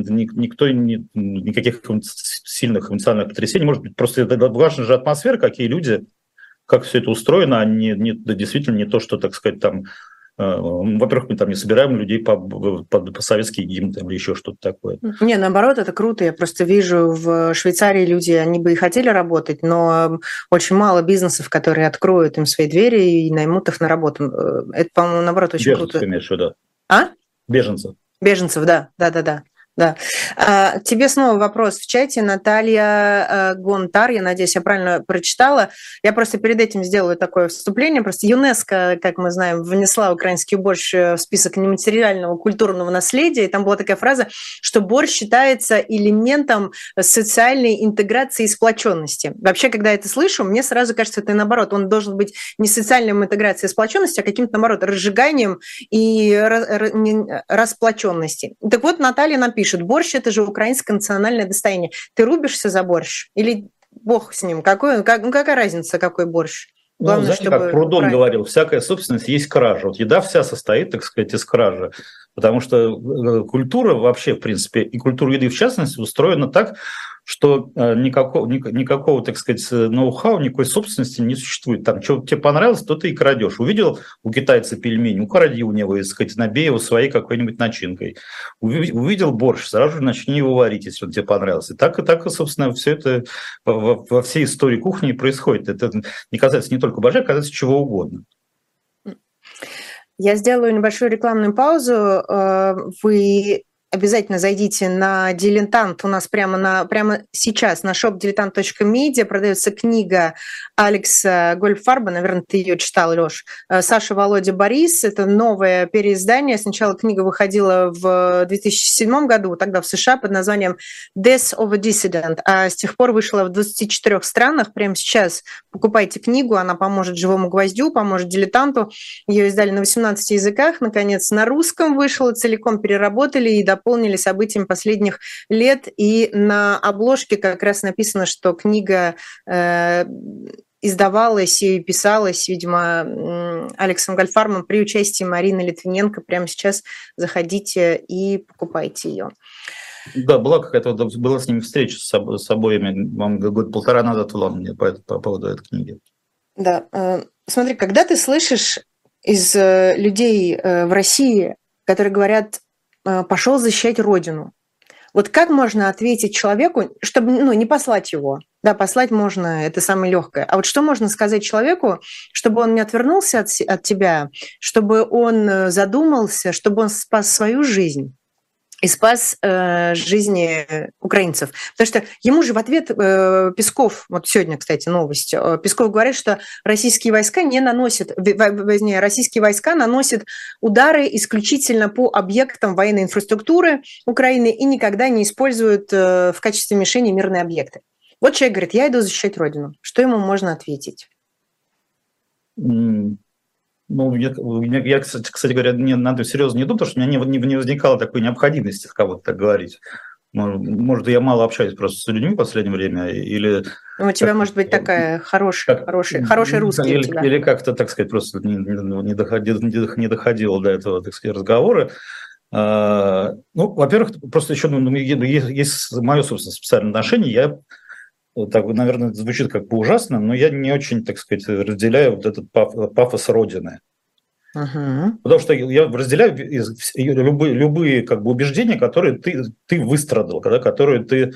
никаких сильных эмоциональных потрясений. Может быть, просто это важна же атмосфера, какие люди, как все это устроено, а действительно не то, что, так сказать, там, во-первых, мы там не собираем людей по советский гимн или еще что-то такое.
Не, наоборот, это круто. Я просто вижу в Швейцарии люди, они бы и хотели работать, но очень мало бизнесов, которые откроют им свои двери и наймут их на работу. Это, по-моему, наоборот, очень
Беженцев,
круто.
имеешь в виду?
А?
Беженцев,
да. Да. Тебе снова вопрос в чате. Наталья Гонтар, я надеюсь, я правильно прочитала. Я просто перед этим сделаю такое вступление. Просто ЮНЕСКО, как мы знаем, внесла украинский борщ в список нематериального культурного наследия. И там была такая фраза, что борщ считается элементом социальной интеграции и сплоченности. Вообще, когда я это слышу, мне сразу кажется, это наоборот. Он должен быть не социальной интеграцией и сплоченностью, а каким-то, наоборот, разжиганием и расплоченности. Так вот, Наталья нам пишет, борщ – это же украинское национальное достояние. Ты рубишься за борщ? Или бог с ним? Какая разница, какой борщ?
Главное, знаете, как Прудон говорил, всякая собственность есть кража. Вот еда вся состоит, так сказать, из кражи. Потому что культура вообще, в принципе, и культура еды в частности, устроена так, что никакого, так сказать, ноу-хау, никакой собственности не существует. Там, что тебе понравилось, то ты и крадешь. Увидел у китайца пельмень, укради у него, так сказать, набей его своей какой-нибудь начинкой. Увидел борщ, сразу же начни его варить, если он тебе понравился. И так, собственно, все это во всей истории кухни происходит. Это не касается не только борща, касается чего угодно.
Я сделаю небольшую рекламную паузу. Вы обязательно зайдите на «Дилетант». У нас прямо сейчас на shop diletant.media продается книга Алекса Гольдфарба. Наверное, ты ее читал, Лёш. «Саша, Володя, Борис». Это новое переиздание. Сначала книга выходила в 2007 году, тогда в США, под названием «Death of a Dissident». А с тех пор вышла в 24 странах. Прямо сейчас покупайте книгу. Она поможет «Живому гвоздю», поможет «Дилетанту». Ее издали на 18 языках. Наконец, на русском вышла, целиком переработали и дополнили событиями последних лет. И на обложке как раз написано, что книга издавалась и писалась, видимо, Алексом Гольфарбом при участии Марины Литвиненко. Прямо сейчас заходите и покупайте ее.
Да, была какая-то, была с ними встреча с обоими, год-полтора назад была мне по поводу этой книги.
Да, смотри, когда ты слышишь из людей в России, которые говорят, пошел защищать Родину, вот как можно ответить человеку, чтобы не послать его? Да, послать можно, это самое легкое. А вот что можно сказать человеку, чтобы он не отвернулся от тебя, чтобы он задумался, чтобы он спас свою жизнь и спас жизни украинцев? Потому что ему же в ответ Песков, вот сегодня, кстати, новость, Песков говорит, что российские войска наносят удары исключительно по объектам военной инфраструктуры Украины и никогда не используют в качестве мишени мирные объекты. Вот человек говорит, я иду защищать Родину. Что ему можно ответить?
Я, кстати говоря, надо серьезно не думаю, потому что у меня не возникало такой необходимости с кого-то так говорить. Может, я мало общаюсь просто с людьми в последнее время, или...
У тебя может быть такая хороший русский у тебя.
Или как-то, так сказать, просто не доходило до этого, так сказать, разговора. Во-первых, просто еще есть мое, собственно, специальное отношение. Я, так, наверное, звучит как бы ужасно, но я не очень, так сказать, разделяю вот этот пафос Родины. Потому что я разделяю любые как бы убеждения, которые ты выстрадал, которые ты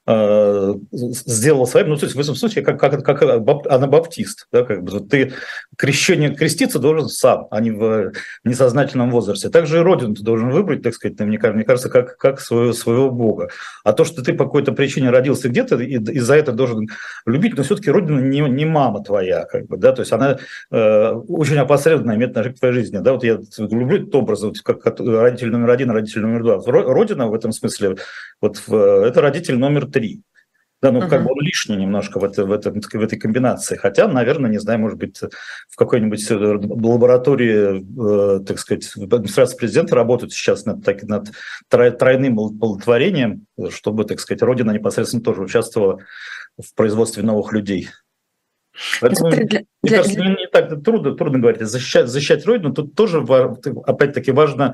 сделал своим. То есть в этом случае, как анабаптист. Да, как бы, ты креститься должен сам, а не в несознательном возрасте. Также и Родину ты должен выбрать, так сказать, мне кажется, как своего Бога. А то, что ты по какой-то причине родился где-то и за это должен любить, но все-таки Родина не мама твоя. Как бы, да, то есть она очень опосредованно имеет отношение к твоей жизни. Да, вот я люблю этот образ, как родитель номер один, родитель номер два. Родина в этом смысле это родитель номер 3. Да, как бы он лишний немножко в этой комбинации. Хотя, наверное, не знаю, может быть, в какой-нибудь лаборатории, так сказать, администрации президента работают сейчас над тройным оплодотворением, чтобы, так сказать, Родина непосредственно тоже участвовала в производстве новых людей. Поэтому, мне кажется, не так трудно говорить. Защищать Родину, тут тоже, опять-таки, важно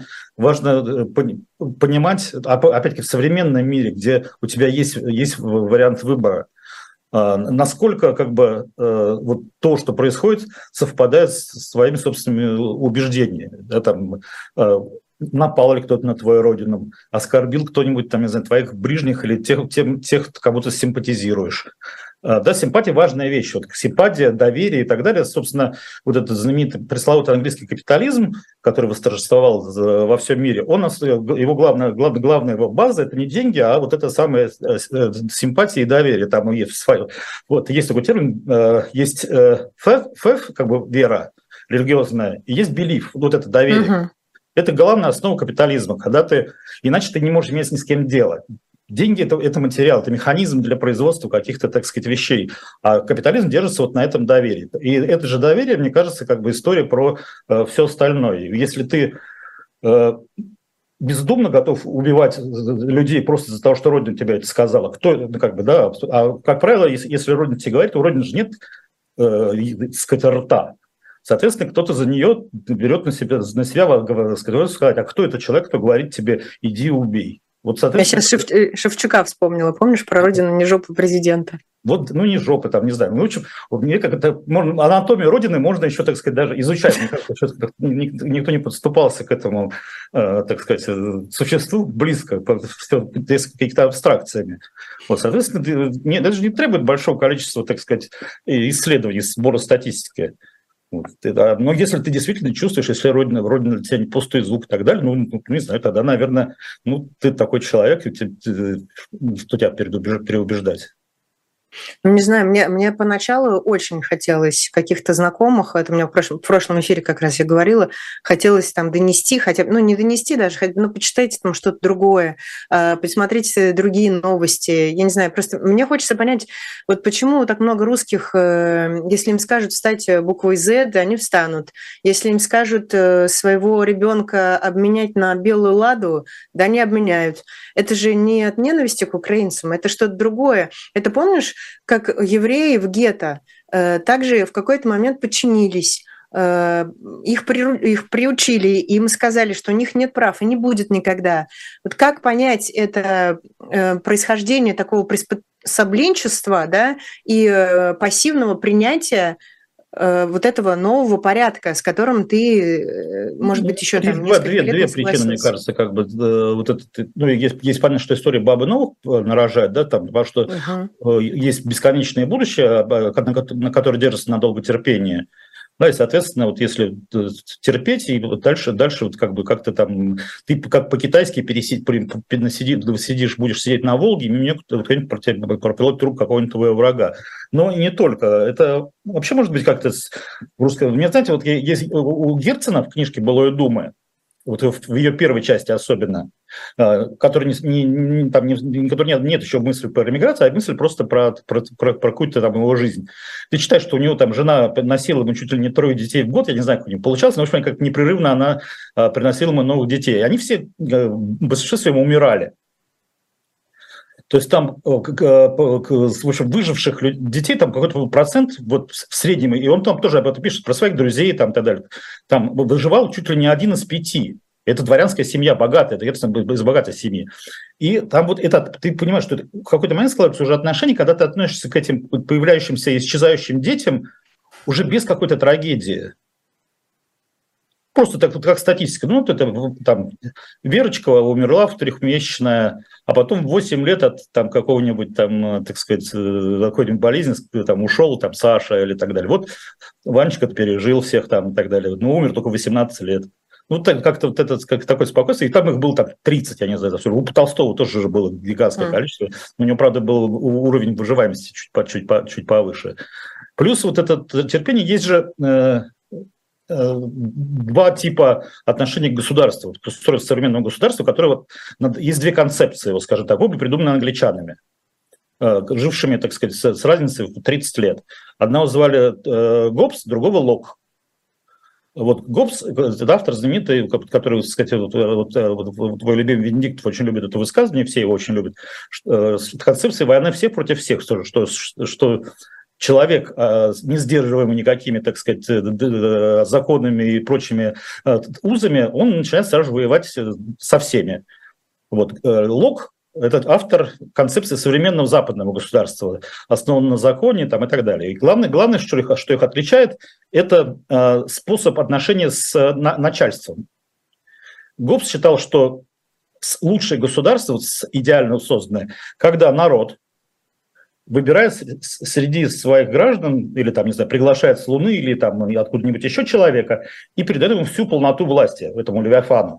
понимать, опять-таки, в современном мире, где у тебя есть вариант выбора, насколько как бы вот то, что происходит, совпадает с твоими собственными убеждениями. Да, там, напал ли кто-то на твою родину, оскорбил кто-нибудь, там, не знаю, твоих ближних или тех, кому ты симпатизируешь. Да, симпатия – важная вещь. Вот симпатия, доверие и так далее. Собственно, вот этот знаменитый пресловутый английский капитализм, который восторжествовал во всем мире, его главная его база – это не деньги, а вот это самая симпатия и доверие. Там есть такой термин, есть faith, как бы вера религиозная, и есть belief, вот это доверие. Это главная основа капитализма, иначе ты не можешь иметь ни с кем дело. Деньги – это материал, это механизм для производства каких-то, так сказать, вещей. А капитализм держится вот на этом доверии. И это же доверие, мне кажется, как бы история про все остальное. Если ты бездумно готов убивать людей просто из-за того, что Родина тебе это сказала, как правило, если Родина тебе говорит, то у Родины же нет, так сказать, рта. Соответственно, кто-то за нее берет на себя сказать, а кто это человек, кто говорит тебе «иди убей». Вот,
я сейчас Шевчука вспомнила, помнишь, про Родину не жопу президента?
Вот, не жопы, там, не знаю. Мне анатомию Родины можно еще, так сказать, даже изучать. Мне кажется, никто не подступался к этому, так сказать, существу близко, с какими-то абстракциями. Вот, соответственно, даже не требует большого количества, так сказать, исследований, сбора статистики. Но если ты действительно чувствуешь, если Родина для тебя не пустой звук и так далее, не знаю, тогда, наверное, ты такой человек, что тебя переубеждать.
Не знаю, мне поначалу очень хотелось каких-то знакомых, это у меня в прошлом эфире как раз я говорила, хотелось там донести, не донести даже, почитайте там что-то другое, посмотрите другие новости, я не знаю, просто мне хочется понять, вот почему так много русских, если им скажут встать буквой Z, они встанут, если им скажут своего ребенка обменять на белую ладу, да они обменяют. Это же не от ненависти к украинцам, это что-то другое. Это помнишь, как евреи в гетто также в какой-то момент подчинились. Их приучили, им сказали, что у них нет прав и не будет никогда. Вот как понять это происхождение такого приспособленчества, да, и пассивного принятия вот этого нового порядка, с которым ты, может быть, еще там несколько лет
две причины, мне кажется, как бы вот это, ну, есть понятно, что история бабы новых нарожает, да, там, потому что есть бесконечное будущее, на которое держится на долготерпение. Да, и, соответственно, вот если терпеть, и дальше вот как бы как-то там, ты как по-китайски сидишь, будешь сидеть на Волге, и мне кто-нибудь пропилот труп какого-нибудь твоего врага. Но не только. Это вообще может быть как-то русское. Мне, знаете, вот есть у Герцена в книжке «Былое думы», вот в ее первой части особенно, которой нет еще мысли про эмиграцию, а мысль просто про какую-то там его жизнь. Ты читаешь, что у него там жена носила ему чуть ли не 3 детей в год, я не знаю, как у него получалось, но в общем, как непрерывно она приносила ему новых детей. Они все в большинстве своем умирали. То есть там, в общем, выживших детей там какой-то процент вот в среднем, и он там тоже об этом пишет, про своих друзей там, и так далее. Там выживал чуть ли не 1 из 5. Это дворянская семья, богатая, это из богатой семьи. И там вот это, ты понимаешь, что в какой-то момент складывается уже отношение, когда ты относишься к этим появляющимся и исчезающим детям уже без какой-то трагедии. Просто так вот как статистика. Ну, вот это там Верочка умерла в 3-месячная, а потом 8 лет от там какого-нибудь там, так сказать, какой-нибудь болезни там ушел там Саша или так далее. Вот Ванечка пережил всех там и так далее. Ну, умер только в 18 лет. Ну, как-то вот это как такое спокойствие. И там их было там 30, я не знаю. У Толстого тоже же было гигантское количество. У него, правда, был уровень выживаемости чуть повыше. Плюс вот это терпение. Есть же 2 типа отношений к государству, к устройству современного государства, у которого есть 2 концепции, вот, скажем так, обе придуманы англичанами, жившими, так сказать, с разницей в 30 лет. Одного звали Гоббс, другого Лок. Вот Гоббс, это автор знаменитый, который, так сказать, вот твой любимый Венедиктов очень любит это высказывание, все его очень любят, концепция «война всех против всех», что человек, не сдерживаемый никакими, так сказать, законами и прочими узами, он начинает сразу же воевать со всеми. Вот. Лок – это автор концепции современного западного государства, основанного на законе там, и так далее. И главное, что их отличает, это способ отношения с начальством. Гоббс считал, что лучшее государство, идеально созданное, когда народ выбирает среди своих граждан, или там, не знаю, приглашает с Луны, или там откуда-нибудь еще человека, и передает ему всю полноту власти, этому Левиафану,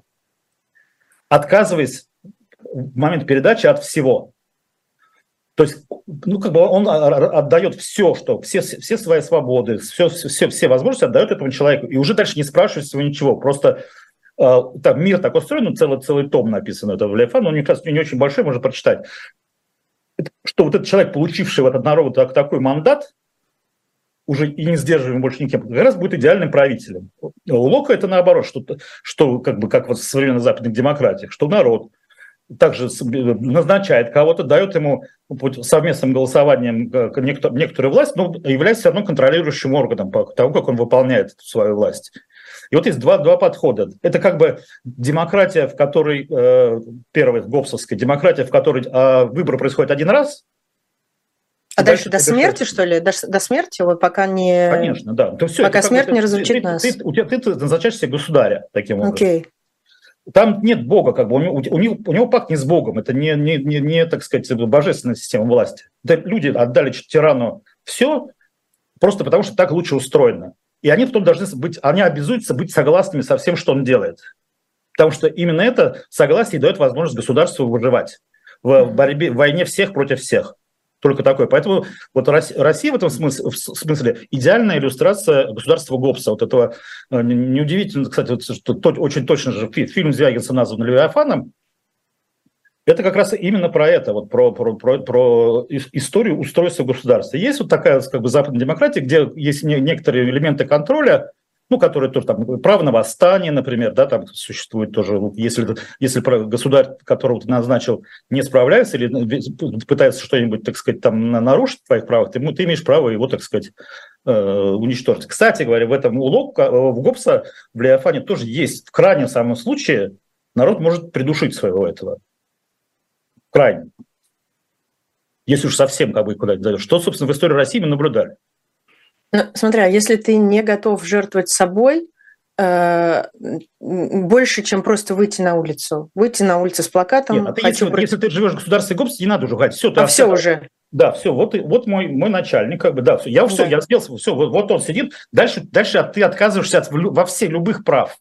отказываясь в момент передачи от всего. То есть, ну, как бы он отдает все свои свободы, все возможности отдает этому человеку, и уже дальше не спрашивает его ничего, просто там мир так устроен, целый том написан, это в Левиафане, он, мне кажется, не очень большой, можно прочитать, что вот этот человек, получивший от народа такой мандат, уже и не сдерживаемый больше никем, как раз будет идеальным правителем. У Лока это наоборот, что как бы как вот в современных западных демократиях, что народ также назначает кого-то, дает ему совместным голосованием некоторую власть, но является все равно контролирующим органом по тому, как он выполняет свою власть. И вот есть два подхода. Это как бы демократия, в которой, первая гоббсовская демократия, в которой выбор происходит один раз.
А дальше до смерти, что ли? До смерти? Вот пока не...
Конечно, да. То все,
пока смерть не разлучит нас.
Ты назначаешь себе государя таким образом.
Окей.
Там нет Бога, как бы у него пакт не с Богом, это не, так сказать, божественная система власти. Это люди отдали тирану все просто потому, что так лучше устроено. И они потом должны быть, они обязуются быть согласными со всем, что он делает. Потому что именно это согласие дает возможность государству выживать в борьбе, в войне всех против всех. Только такое. Поэтому вот Россия в этом смысле идеальная иллюстрация государства Гоббса. Вот этого неудивительно, кстати, вот, что очень точно же фильм Звягинца назван «Левиафаном». Это как раз именно про это, вот про историю устройства государства. Есть вот такая как бы западная демократия, где есть некоторые элементы контроля, ну, которые тоже там, право на восстание, например, да, там существует тоже, если государь, которого ты назначил, не справляется или пытается что-нибудь, так сказать, там нарушить в твоих правах, ты имеешь право его, так сказать, уничтожить. Кстати говоря, в этом в Гоббса, в Левиафане тоже есть, в крайнем самом случае, народ может придушить своего этого. В крайнем. Если уж совсем как бы куда-то дойдешь. Что, собственно, в истории России мы наблюдали.
Ну, смотри, а если ты не готов жертвовать собой, больше, чем просто выйти на улицу с плакатом.
Нет, а ты, если ты живешь в государстве Гоббса, не надо уже говорить. Все, ты
все уже.
Да, все, вот мой начальник, как бы, да, все, я сделал, все, вот он сидит, дальше ты отказываешься во всех любых прав.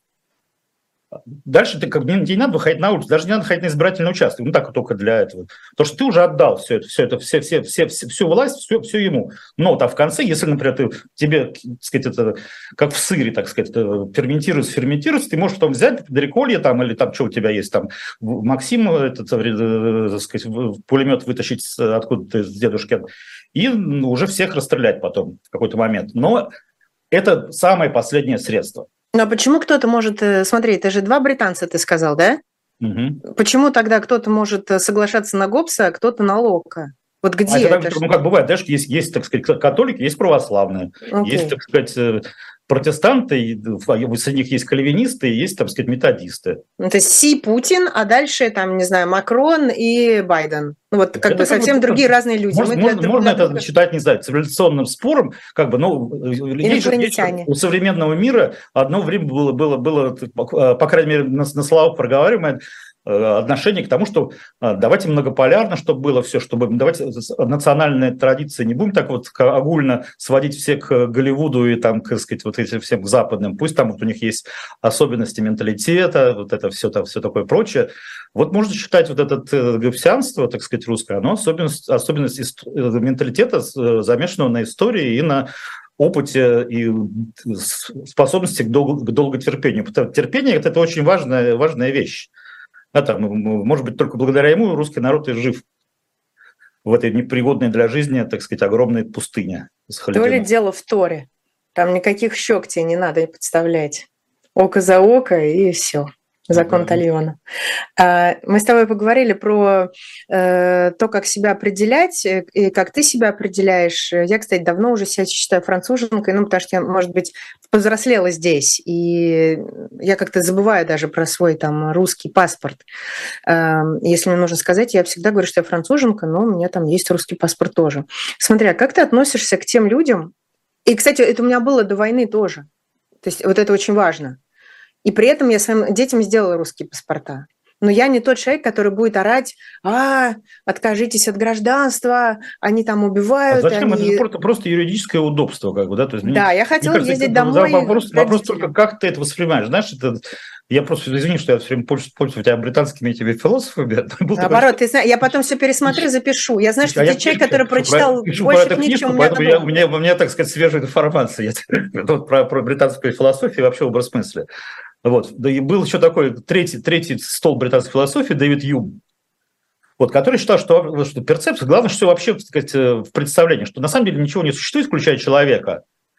Дальше ты как не надо выходить на улицу, даже не надо ходить на избирательный участок, ну так только для этого. Потому что ты уже отдал всю власть, все ему. Но вот, а в конце, если, например, тебе, так сказать, это как в сыре, так сказать, ферментируется, ты можешь потом взять дреколье там, или там, что у тебя есть там, Максим, так сказать, пулемет вытащить откуда-то с дедушки, и уже всех расстрелять потом в какой-то момент. Но это самое последнее средство.
Ну а почему кто-то может... Смотри, это же 2 британца, ты сказал, да?
Угу.
Почему тогда кто-то может соглашаться на Гоббса, а кто-то на Лока? Вот где это?
Ну, как бывает, знаешь, есть, так сказать, католики, есть православные, есть, так сказать, протестанты, среди них есть кальвинисты, есть, так сказать, методисты.
Это Путин, а дальше, там, не знаю, Макрон и Байден. Ну, вот как бы совсем другие разные люди.
Можно это считать, не знаю, цивилизационным спором, как бы, ну, у современного мира одно время было, по крайней мере, на словах проговариваемое, отношение к тому, что давайте многополярно, чтобы было все, чтобы давайте национальные традиции не будем так вот огульно сводить все к Голливуду и там, так сказать, вот этим всем западным. Пусть там вот у них есть особенности менталитета, вот это все такое прочее. Вот можно считать вот это гоббсианство, так сказать, русское, оно особенность менталитета, замешанного на истории и на опыте и способности к долготерпению. Терпение – это очень важная вещь. Может быть, только благодаря ему русский народ и жив в этой непригодной для жизни, так сказать, огромной пустыне.
То ли дело в Торе. Там никаких щек тебе не надо подставлять. Око за око и все. Закон Тальона. Мы с тобой поговорили про то, как себя определять и как ты себя определяешь. Я, кстати, давно уже себя считаю француженкой, потому что я, может быть, повзрослела здесь, и я как-то забываю даже про свой там русский паспорт. Если мне нужно сказать, я всегда говорю, что я француженка, но у меня там есть русский паспорт тоже. Смотри, а как ты относишься к тем людям? И, кстати, это у меня было до войны тоже. То есть вот это очень важно. И при этом я своим детям сделала русские паспорта. Но я не тот человек, который будет орать: откажитесь от гражданства, они там убивают.
Зачем? Это просто юридическое удобство, как бы, да? То есть,
да, я хотела ездить домой.
Вопрос только, как ты это воспринимаешь. Знаешь, я просто, извини, что я все время пользуюсь у тебя британскими этими философами.
Наоборот, ты знаешь, я потом все пересмотрю, запишу. Я знаю, что ты человек, который прочитал больше книг, чем у меня.
У меня, так сказать, свежая информация про британскую философию и вообще образ мысли. Вот. Да и был еще такой третий стол британской философии Дэвид Юм, вот, который считал, что перцепция, главное, что вообще, так сказать, в представлении, что на самом деле ничего не существует, включая человека,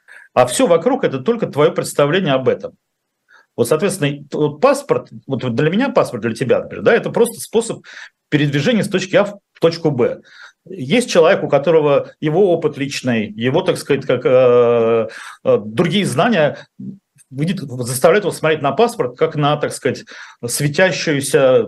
а все вокруг – это только твое представление об этом. Вот, соответственно, паспорт, вот для меня паспорт, для тебя, например, да, это просто способ передвижения с точки А в точку Б. Есть человек, у которого его опыт личный, его, так сказать, как другие знания заставляет его смотреть на паспорт, как на, так сказать, светящийся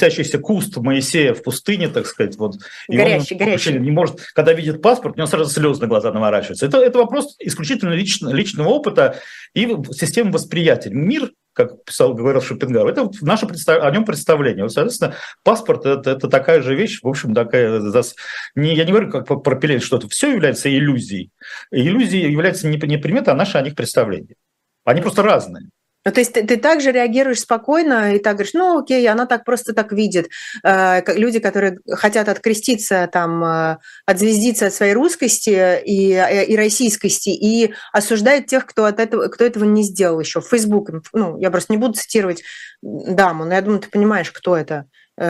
куст Моисея в пустыне, так сказать. Вот.
Горящий.
Не может, когда видит паспорт, у него сразу слезы на глаза наворачиваются. Это вопрос исключительно личного опыта и системы восприятия. Мир, как говорил Шопенгауэр, это наше о нем представление. Вот, соответственно, паспорт – это такая же вещь, в общем, такая… Я не говорю, как пропилить что-то. Все является иллюзией. Иллюзией является не предмет, а наше о них представление. Они просто разные.
Ну, то есть ты также реагируешь спокойно и так говоришь: ну окей, она так просто так видит. Люди, которые хотят откреститься, там, отзвездиться от своей русскости и российскости, и осуждают тех, кто этого не сделал еще. В Facebook, ну, я просто не буду цитировать даму, но я думаю, ты понимаешь, кто это.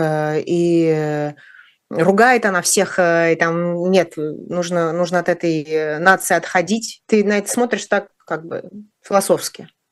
И ругает она всех, и там, нет, нужно от этой нации отходить. Ты на это смотришь так, как бы, философски.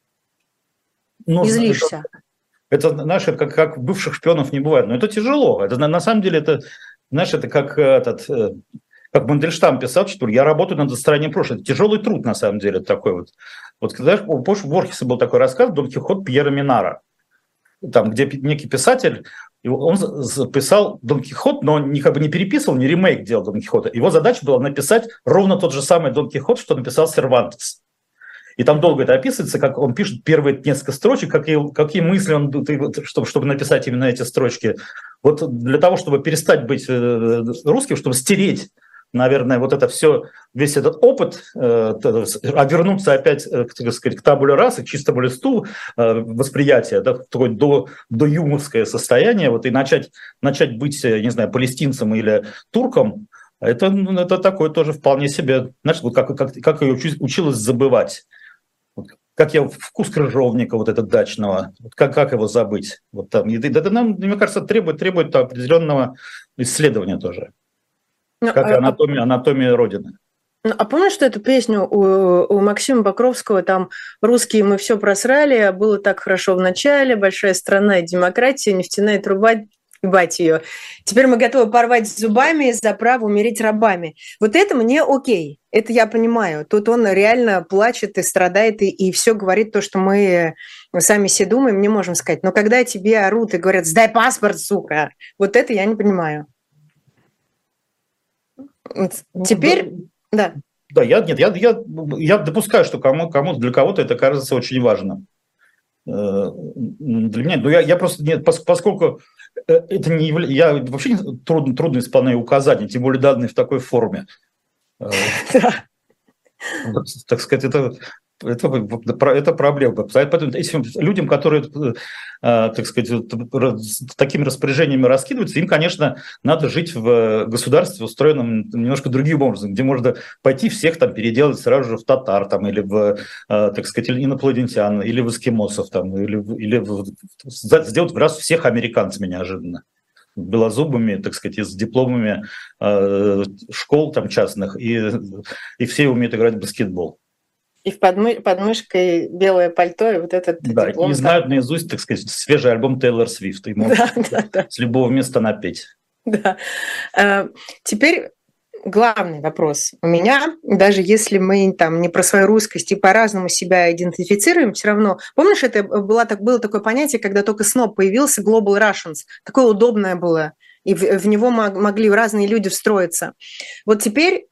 и злишься.
Это, знаешь, как бывших шпионов не бывает. Но это тяжело. Это, на самом деле, это, знаешь, это как Мандельштам писал, я работаю над отстранением прошлого. Это тяжелый труд, на самом деле, такой вот. Вот, знаешь, у Борхеса был такой рассказ «Дон Кихот» Пьера Минара, там, где некий писатель, он писал Дон Кихот, но не переписывал, не ремейк делал Дон Кихота. Его задача была написать ровно тот же самый Дон Кихот, что написал Сервантес. И там долго это описывается, как он пишет первые несколько строчек, какие мысли он, чтобы написать именно эти строчки. Вот для того, чтобы перестать быть русским, чтобы стереть, наверное, вот это все, весь этот опыт, а вернуться опять, так сказать, к табуле расы, к чистому листу восприятия, да, такое до юмовское состояние, вот, и начать быть, не знаю, палестинцем или турком, это такое тоже вполне себе, знаешь, вот как ее училась забывать. Вот, как я вкус крыжовника вот этот дачного, вот как его забыть? Вот там, это нам, мне кажется, требует определенного исследования тоже. Как и анатомия Родины.
А помнишь, что эту песню у Максима Покровского, там «Русские мы все просрали, а было так хорошо в начале, большая страна и демократия, нефтяная труба, ебать ее. Теперь мы готовы порвать зубами за право умереть рабами». Вот это мне окей, это я понимаю. Тут он реально плачет и страдает, и все говорит то, что мы сами себе думаем, не можем сказать. Но когда тебе орут и говорят «сдай паспорт, сука», вот это я не понимаю. Теперь, да.
Да, я допускаю, что для кого-то это кажется очень важным. Для меня, но я просто нет, поскольку это не является, я вообще трудно исполняю указания, тем более данные в такой форме. Так сказать, это проблема. Поэтому этим людям, которые, так сказать, такими распоряжениями раскидываются, им, конечно, надо жить в государстве, устроенном немножко другим образом, где можно пойти всех там переделать сразу же в татар, там, или в, так сказать, инопланетян, или в эскимосов, там, или сделать в раз всех американцами неожиданно. Белозубыми, так сказать, с дипломами школ там частных, и все умеют играть в баскетбол.
И под мышкой белое пальто, и вот этот
да,
диплом.
И знают наизусть, так сказать, свежий альбом Тейлор Свифт. И могут с любого места напеть.
Да. Теперь главный вопрос у меня, даже если мы там не про свою русскость и по-разному себя идентифицируем, все равно, помнишь, это было такое понятие, когда только СНОП появился, Global Russians, такое удобное было, и в него могли разные люди встроиться. Вот теперь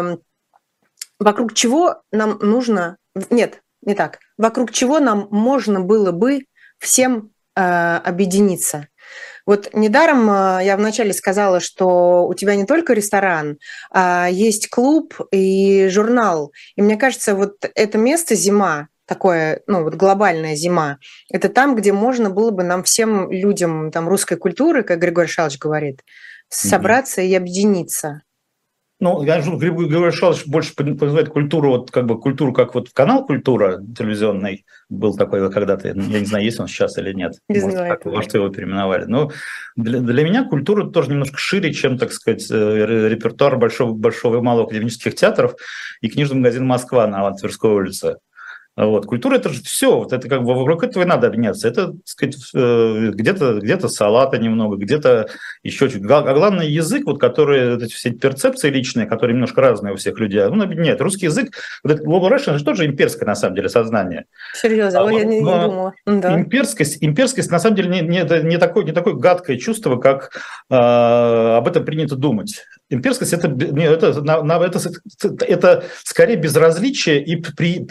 вокруг чего нам нужно, нет, не так, вокруг чего нам можно было бы всем объединиться. Вот недаром я вначале сказала, что у тебя не только ресторан, а есть клуб и журнал. И мне кажется, вот это место «Зима», такое, ну вот глобальная «Зима», это там, где можно было бы нам всем людям там, русской культуры, как Григорий Шалович говорит, собраться и объединиться.
Ну, я же Григорий Шалович больше называет культуру, вот как бы культуру, как вот канал «Культура» телевизионный был такой когда-то, я не знаю, есть он сейчас или нет, может, его переименовали. Но для меня культура тоже немножко шире, чем, так сказать, репертуар большого и малого академических театров и книжный магазин «Москва» на Тверской улице. Вот. Культура – это же все, вот это как бы вокруг этого и надо объединяться. Это, так сказать, где-то салата немного, где-то еще чуть. А главное язык, вот, который, эти все перцепции личные, которые немножко разные у всех людей, он объединяет. Русский язык, вот это Global Russian, это же тоже имперское, на самом деле, сознание.
Серьезно, я не думала.
Да. Имперскость, на самом деле, не такое гадкое чувство, как об этом принято думать. Имперскость – это скорее безразличие и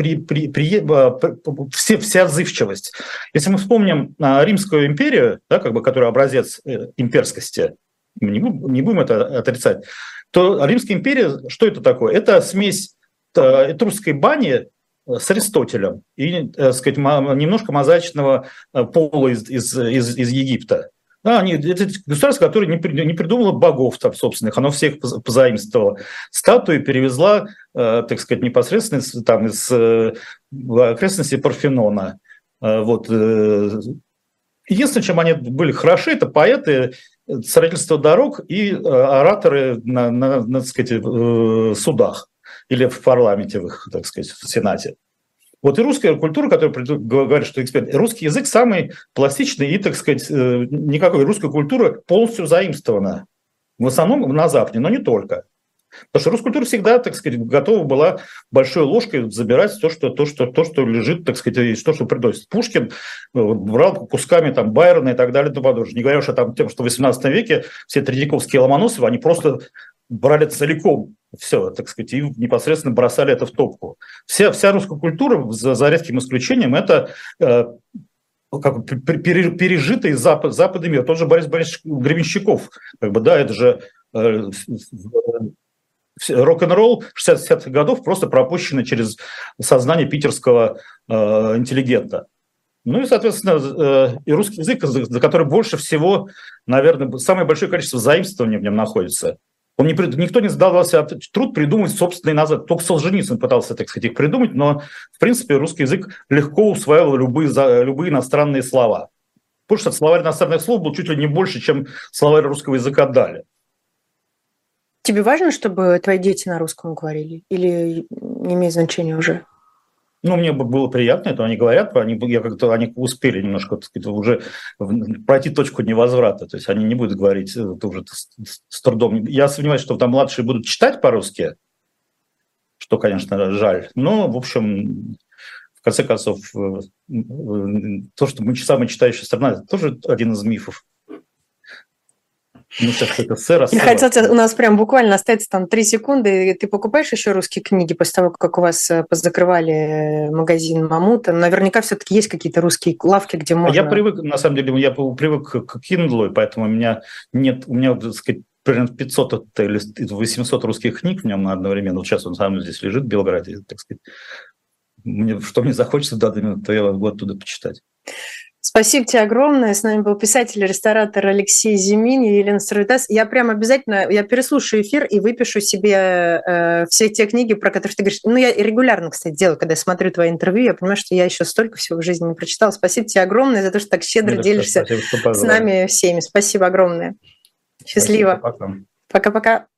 всеотзывчивость. Если мы вспомним Римскую империю, да, как бы, которая образец имперскости, мы не будем это отрицать, то Римская империя, что это такое? Это смесь этрусской бани с Аристотелем и, так сказать, немножко мозаичного пола из Египта. Да, это государство, которое не придумало богов там собственных, оно всех позаимствовало. Статуи перевезла, так сказать, непосредственно там, из окрестностей Парфенона. Вот. Единственное, чем они были хороши, это поэты, строительство дорог и ораторы на так сказать, судах или в парламенте, в их, так сказать, в Сенате. Вот и русская культура, которая говорит, что эксперт, русский язык самый пластичный и, так сказать, никакой русская культура полностью заимствована. В основном на Западе, но не только. Потому что русская культура всегда, так сказать, готова была большой ложкой забирать то, что лежит, так сказать, то, что приносит. Пушкин брал кусками там Байрона и так далее, и тому подобное. Не говоря уж о том, что в XVIII веке все Тредьяковские, Ломоносовы, они просто брали целиком все, так сказать, и непосредственно бросали это в топку. Вся русская культура, за редким исключением, это пережитый западный мир. Тот же Борис Борисович Гребенщиков, это же рок-н-ролл 60-х годов просто пропущенный через сознание питерского интеллигента. Ну и, соответственно, и русский язык, за который больше всего, наверное, самое большое количество заимствований в нем находится. Никто не задавался труд придумать собственные названия. Только Солженицын пытался, так сказать, их придумать, но, в принципе, русский язык легко усваивал любые иностранные слова. Потому что словарь иностранных слов был чуть ли не больше, чем словарь русского языка дали.
Тебе важно, чтобы твои дети на русском говорили? Или не имеет значения уже?
Ну, мне было приятно, это они говорят, они успели немножко, так сказать, уже пройти точку невозврата, то есть они не будут говорить уже с трудом. Я сомневаюсь, что там младшие будут читать по-русски, что, конечно, жаль, но, в общем, в конце концов, то, что мы самая читающая страна, это тоже один из мифов.
Я хотела, у нас прям буквально остается там 3 секунды, и ты покупаешь еще русские книги после того, как у вас позакрывали магазин «Мамута»? Наверняка все-таки есть какие-то русские лавки, где можно...
Я привык, на самом деле, привык к Kindle, поэтому у меня, так сказать, примерно 500 или 800 русских книг в нем одновременно. Вот сейчас он сам здесь лежит в Белграде, так сказать. Что мне захочется в данный момент, то я могу оттуда почитать.
Спасибо тебе огромное. С нами был писатель и ресторатор Алексей Зимин и Елена Ставридас. Я прям обязательно, я переслушаю эфир и выпишу себе все те книги, про которые ты говоришь. Ну, я регулярно, кстати, делаю, когда я смотрю твои интервью, я понимаю, что я еще столько всего в жизни не прочитала. Спасибо тебе огромное за то, что так щедро делишься с нами всеми. Спасибо огромное. Счастливо.
Спасибо, пока.
Пока-пока.